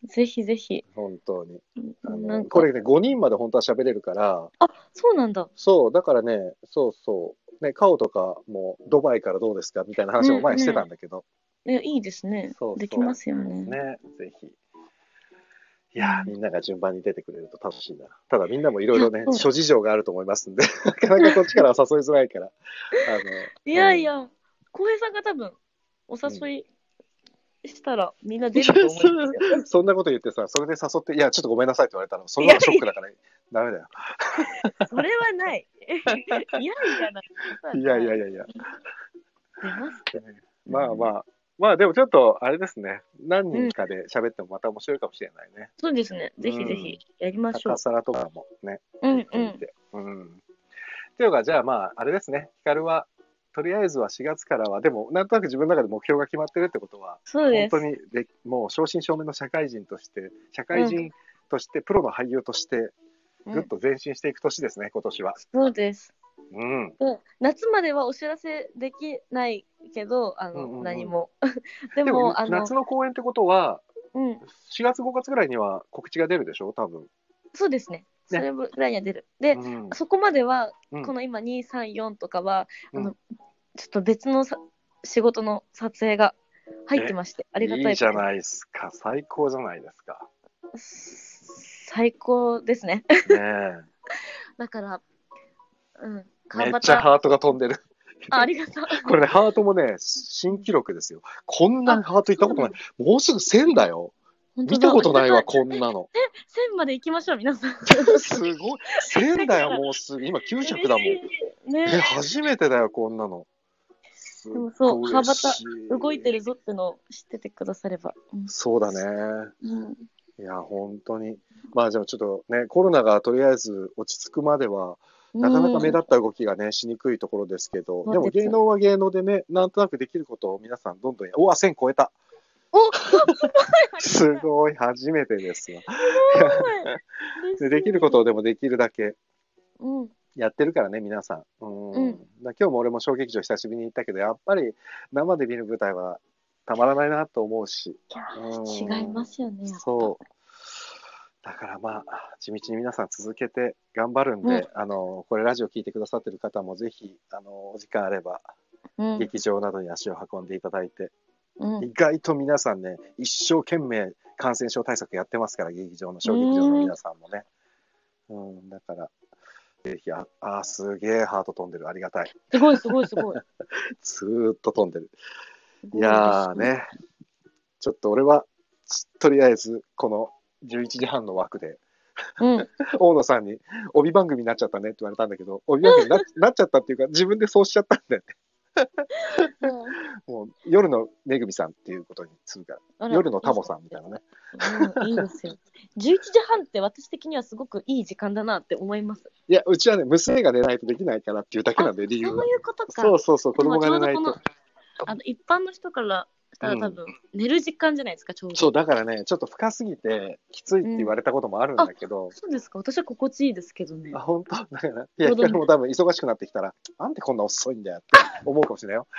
ぜひぜひ。 本当に。あの、 なんか、 これね、ごにんまで本当は喋れるから、 あ、そうなんだ。 そう、だからね、そうそう、ね、カオとかもドバイからどうですかみたいな話も前にしてうんうたんだけど、 ん。え、いいですね。 そうできまそすよね。 う、ね、ぜひ。いやー、 うん。 みんなが順番に出てくれると楽しいな。ただみんなもいろいや、 いろね、 そう。 諸事情があると思いますんで、なかなかこっちからは誘いづらいから、あいの、うん。 やいや、浩平さんが多分、おうん、 誘いしたらみんな出ると思いますよ。 そんなこと言ってさ、それで誘って、いや、ちょっとごめんなさいって言われたら、そいやの方がショッいや、 クだから、ダメだよ。 それはない。いやいやなことはいやいない。 やいやいや。 出ますよ。うん。 まあまあ、まあでもちょっと、あれですね。何うん。 人かで喋ってもまた面白いかもしれないね。 そうですね。ぜひぜひうん。 やりましょ高皿とかもね、 う。うやっんうん。 てみて。うん。っていうか、じゃあまあ、あれですね。ヒカルは、とりあえずはしがつからは、でも、なんとなく自分の中で目標が決まってるってことは、 そうです。 本当にで、もう正真正銘の社会人として、社うん。 会人として、プロの俳優として、 うん。 ぐっと前進していく年ですね、今年は。 そうです。 うん。 で、夏まではお知らせできないけど、あの、 うんうんうん。 何も。ででも、 も、あの、 夏の公演ってことは、 うん。 しがつごがつぐらいには告知が出るでしょ多分。 そうですね。そね。 れぐらいには出る。で、 うん。 そこまでは、 うん。 この今に、さん、よんとかは、 うん。 あの、ちょっと別のさ仕事の撮影が入ってえ、 まして、ありがたいことに。 いいじゃないですか。最高じゃないですか。 最高ですね。 ねえ。 だから、うん、 めっ川端、 ちゃハートが飛んでる。 あ、ありがとう。 これね、ハートもね、新記録ですよ。こんあ、 なハートいったことない。 そうなんだ。 もうすぐせんだよ。見た本当だ。 ことないわ、 やった。 こんなの。 え、線まで行きましょう、皆さん。 すごい。せんだよ、 だから、 もうすぐ。今きゅうひゃく嬉しだもん。 い。ね。 え、初めてだよ、こんなの。すっでもそう、 ごい嬉川端、 しい。 動いてるぞってのを知っててくだされば。うん。 そうだね。 うん、 いや、本当に。まあ、でもちょっとね、コロナがとりあえず落ち着くまでは、なかなか目うん、 立った動きがね、しにくいところですけど、でもそうです。 芸能は芸能でね、なんとなくできることを皆さんどんどんや、うわ、せん超えた。 お、すごい、ありがたい。 すごい、初めてですわ。 すごい。嬉しでできることをい。 でもできるだけうん、 やってるからね、皆さん。うん。 うん。 だ今日も俺も小劇場久しぶりに行ったけど、やっぱり生で見る舞台はたまらないなと思うし。 いやー、違いうん。 ますよね、やっぱ。 そう。だからまあ、地道に皆さん続けて頑張るんうん、 で、あの、これラジオ聞いてくださってる方もぜひ、あの、お時間あれば、 うん、 劇場などに足を運んでいただいて、 うん。 意外と皆さんね、一生懸命感染症対策やってますから、劇場の、 う小劇場のーん。 皆さんもね。うん、だから、ぜひ、あ、あ、すげえハート飛んでる。ありがたい。 すごい、すごい、すごい。 ずーっと飛んでる。いすごい嬉しい。 やーね、ちょっと俺は、とりあえず、このじゅういちじはんの枠で、 うん。 大野さんに、帯番組になっちゃったねって言われたんだけど、帯番組にななっちゃったっていうか、自分でそうしちゃったんだよね。 うん、 もう、夜のめぐみさんっていうことにするから、 あら、 夜のタモいいじゃなさんみたいなね。 いですか。うん、いいですよ。じゅういちじはんって私的にはすごくいい時間だなって思います。 いや、うちはね、娘が寝ないとできないからっていうだけなあ、 んで、理由は。 そういうことか。 そうそうそう、子供でもちが寝ないと。 ょうどこの、あの、一般の人からしたうん。 ら多分、寝る時間じゃないですか、ちょうそう、 ど。 だからね、ちょっと深すぎて、きついって言わうん。 れたこともあるんあ、 だけど、 そうですか。私は心地いいですけどあ、 ね。 本当だから、いや、 ちょうど、 ヒカルも多分忙しくなってきたら、なんでこんな遅いんだよって思うかもしれないよ。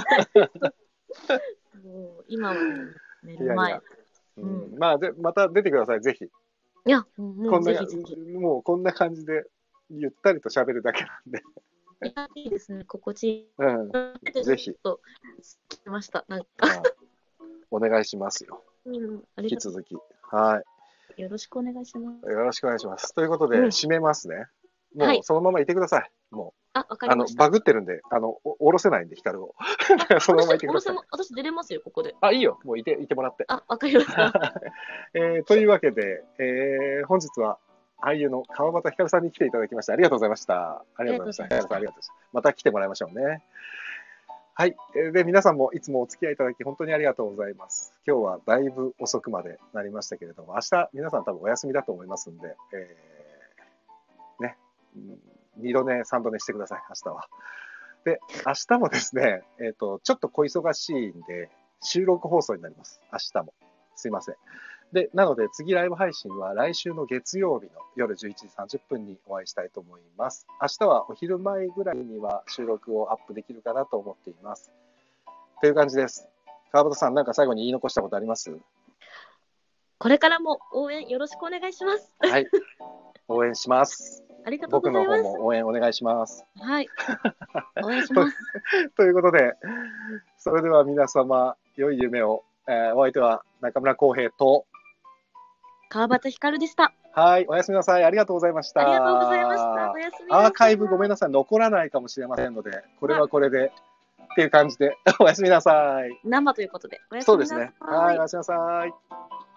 もう今はもう寝る前。 いやいや、ううん。 ん、まあで、また出てください、ぜひ。 いや、もうこんな、 ぜひぜひ。 もうこんな感じで、ゆったりと喋るだけなんで、 いや、いいですね。心地いい。 うん、 ちょっぜひ、 と、聞きました。なんか、 はい、お願いしますよ。 うん、ありがと引き続き。はう。よろしくお願いしまい。 す。 よろしくお願いします。ということで、 うん。 締めますね。 はい。 もうそのままいてください。もう、 あ、わかりあの、 ました。 バグってるんで、あの、お下ろせないんで、ヒカルを。 あ、 そのままい私、 てください。 おろせも、私出れますよ、ここで。 あ、いいよ。もういて、いてもらって。 あ、わかりました。 えー、というわけで、えー、本日は俳優の川端ひかるさんに来ていただきましてありがとうございました。ありありががとうございました。ひかるさん、あとうございました。 りがとうございました。また来てもらいましょうね。はい。で、皆さんもいつもお付き合いいただき本当にありがとうございます。今日はだいぶ遅くまでなりましたけれども、明日皆さん多分お休みだと思いますんで、えー、ね、にど寝、さんど寝してください、明日は。で、明日もですね、えっと、ちょっと小忙しいんで、収録放送になります。明日も。すいません。で、なので次ライブ配信は来週の月曜日の夜じゅういちじさんじゅっぷんにお会いしたいと思います。明日はお昼前ぐらいには収録をアップできるかなと思っています。という感じです。川端さん、なんか最後に言い残したことあります？ これからも応援よろしくお願いします。 はい。応援します。 ありがとうございます。 僕の方も応援お願いします。 はい。応援します。 ということで、それでは皆様、良い夢を。えー、お相手は中村浩平と川端ひかるでした。 はい、おやすみなさい。ありがとうございました。 ありがとうございました。おやすみなさい。 アーカイブごめんなさい、残らないかもしれませんので、これはこれでっていう感じで、おやすみなさい。 生ということで、おやすみなさい。 そうですね。はい、おやすみなさい。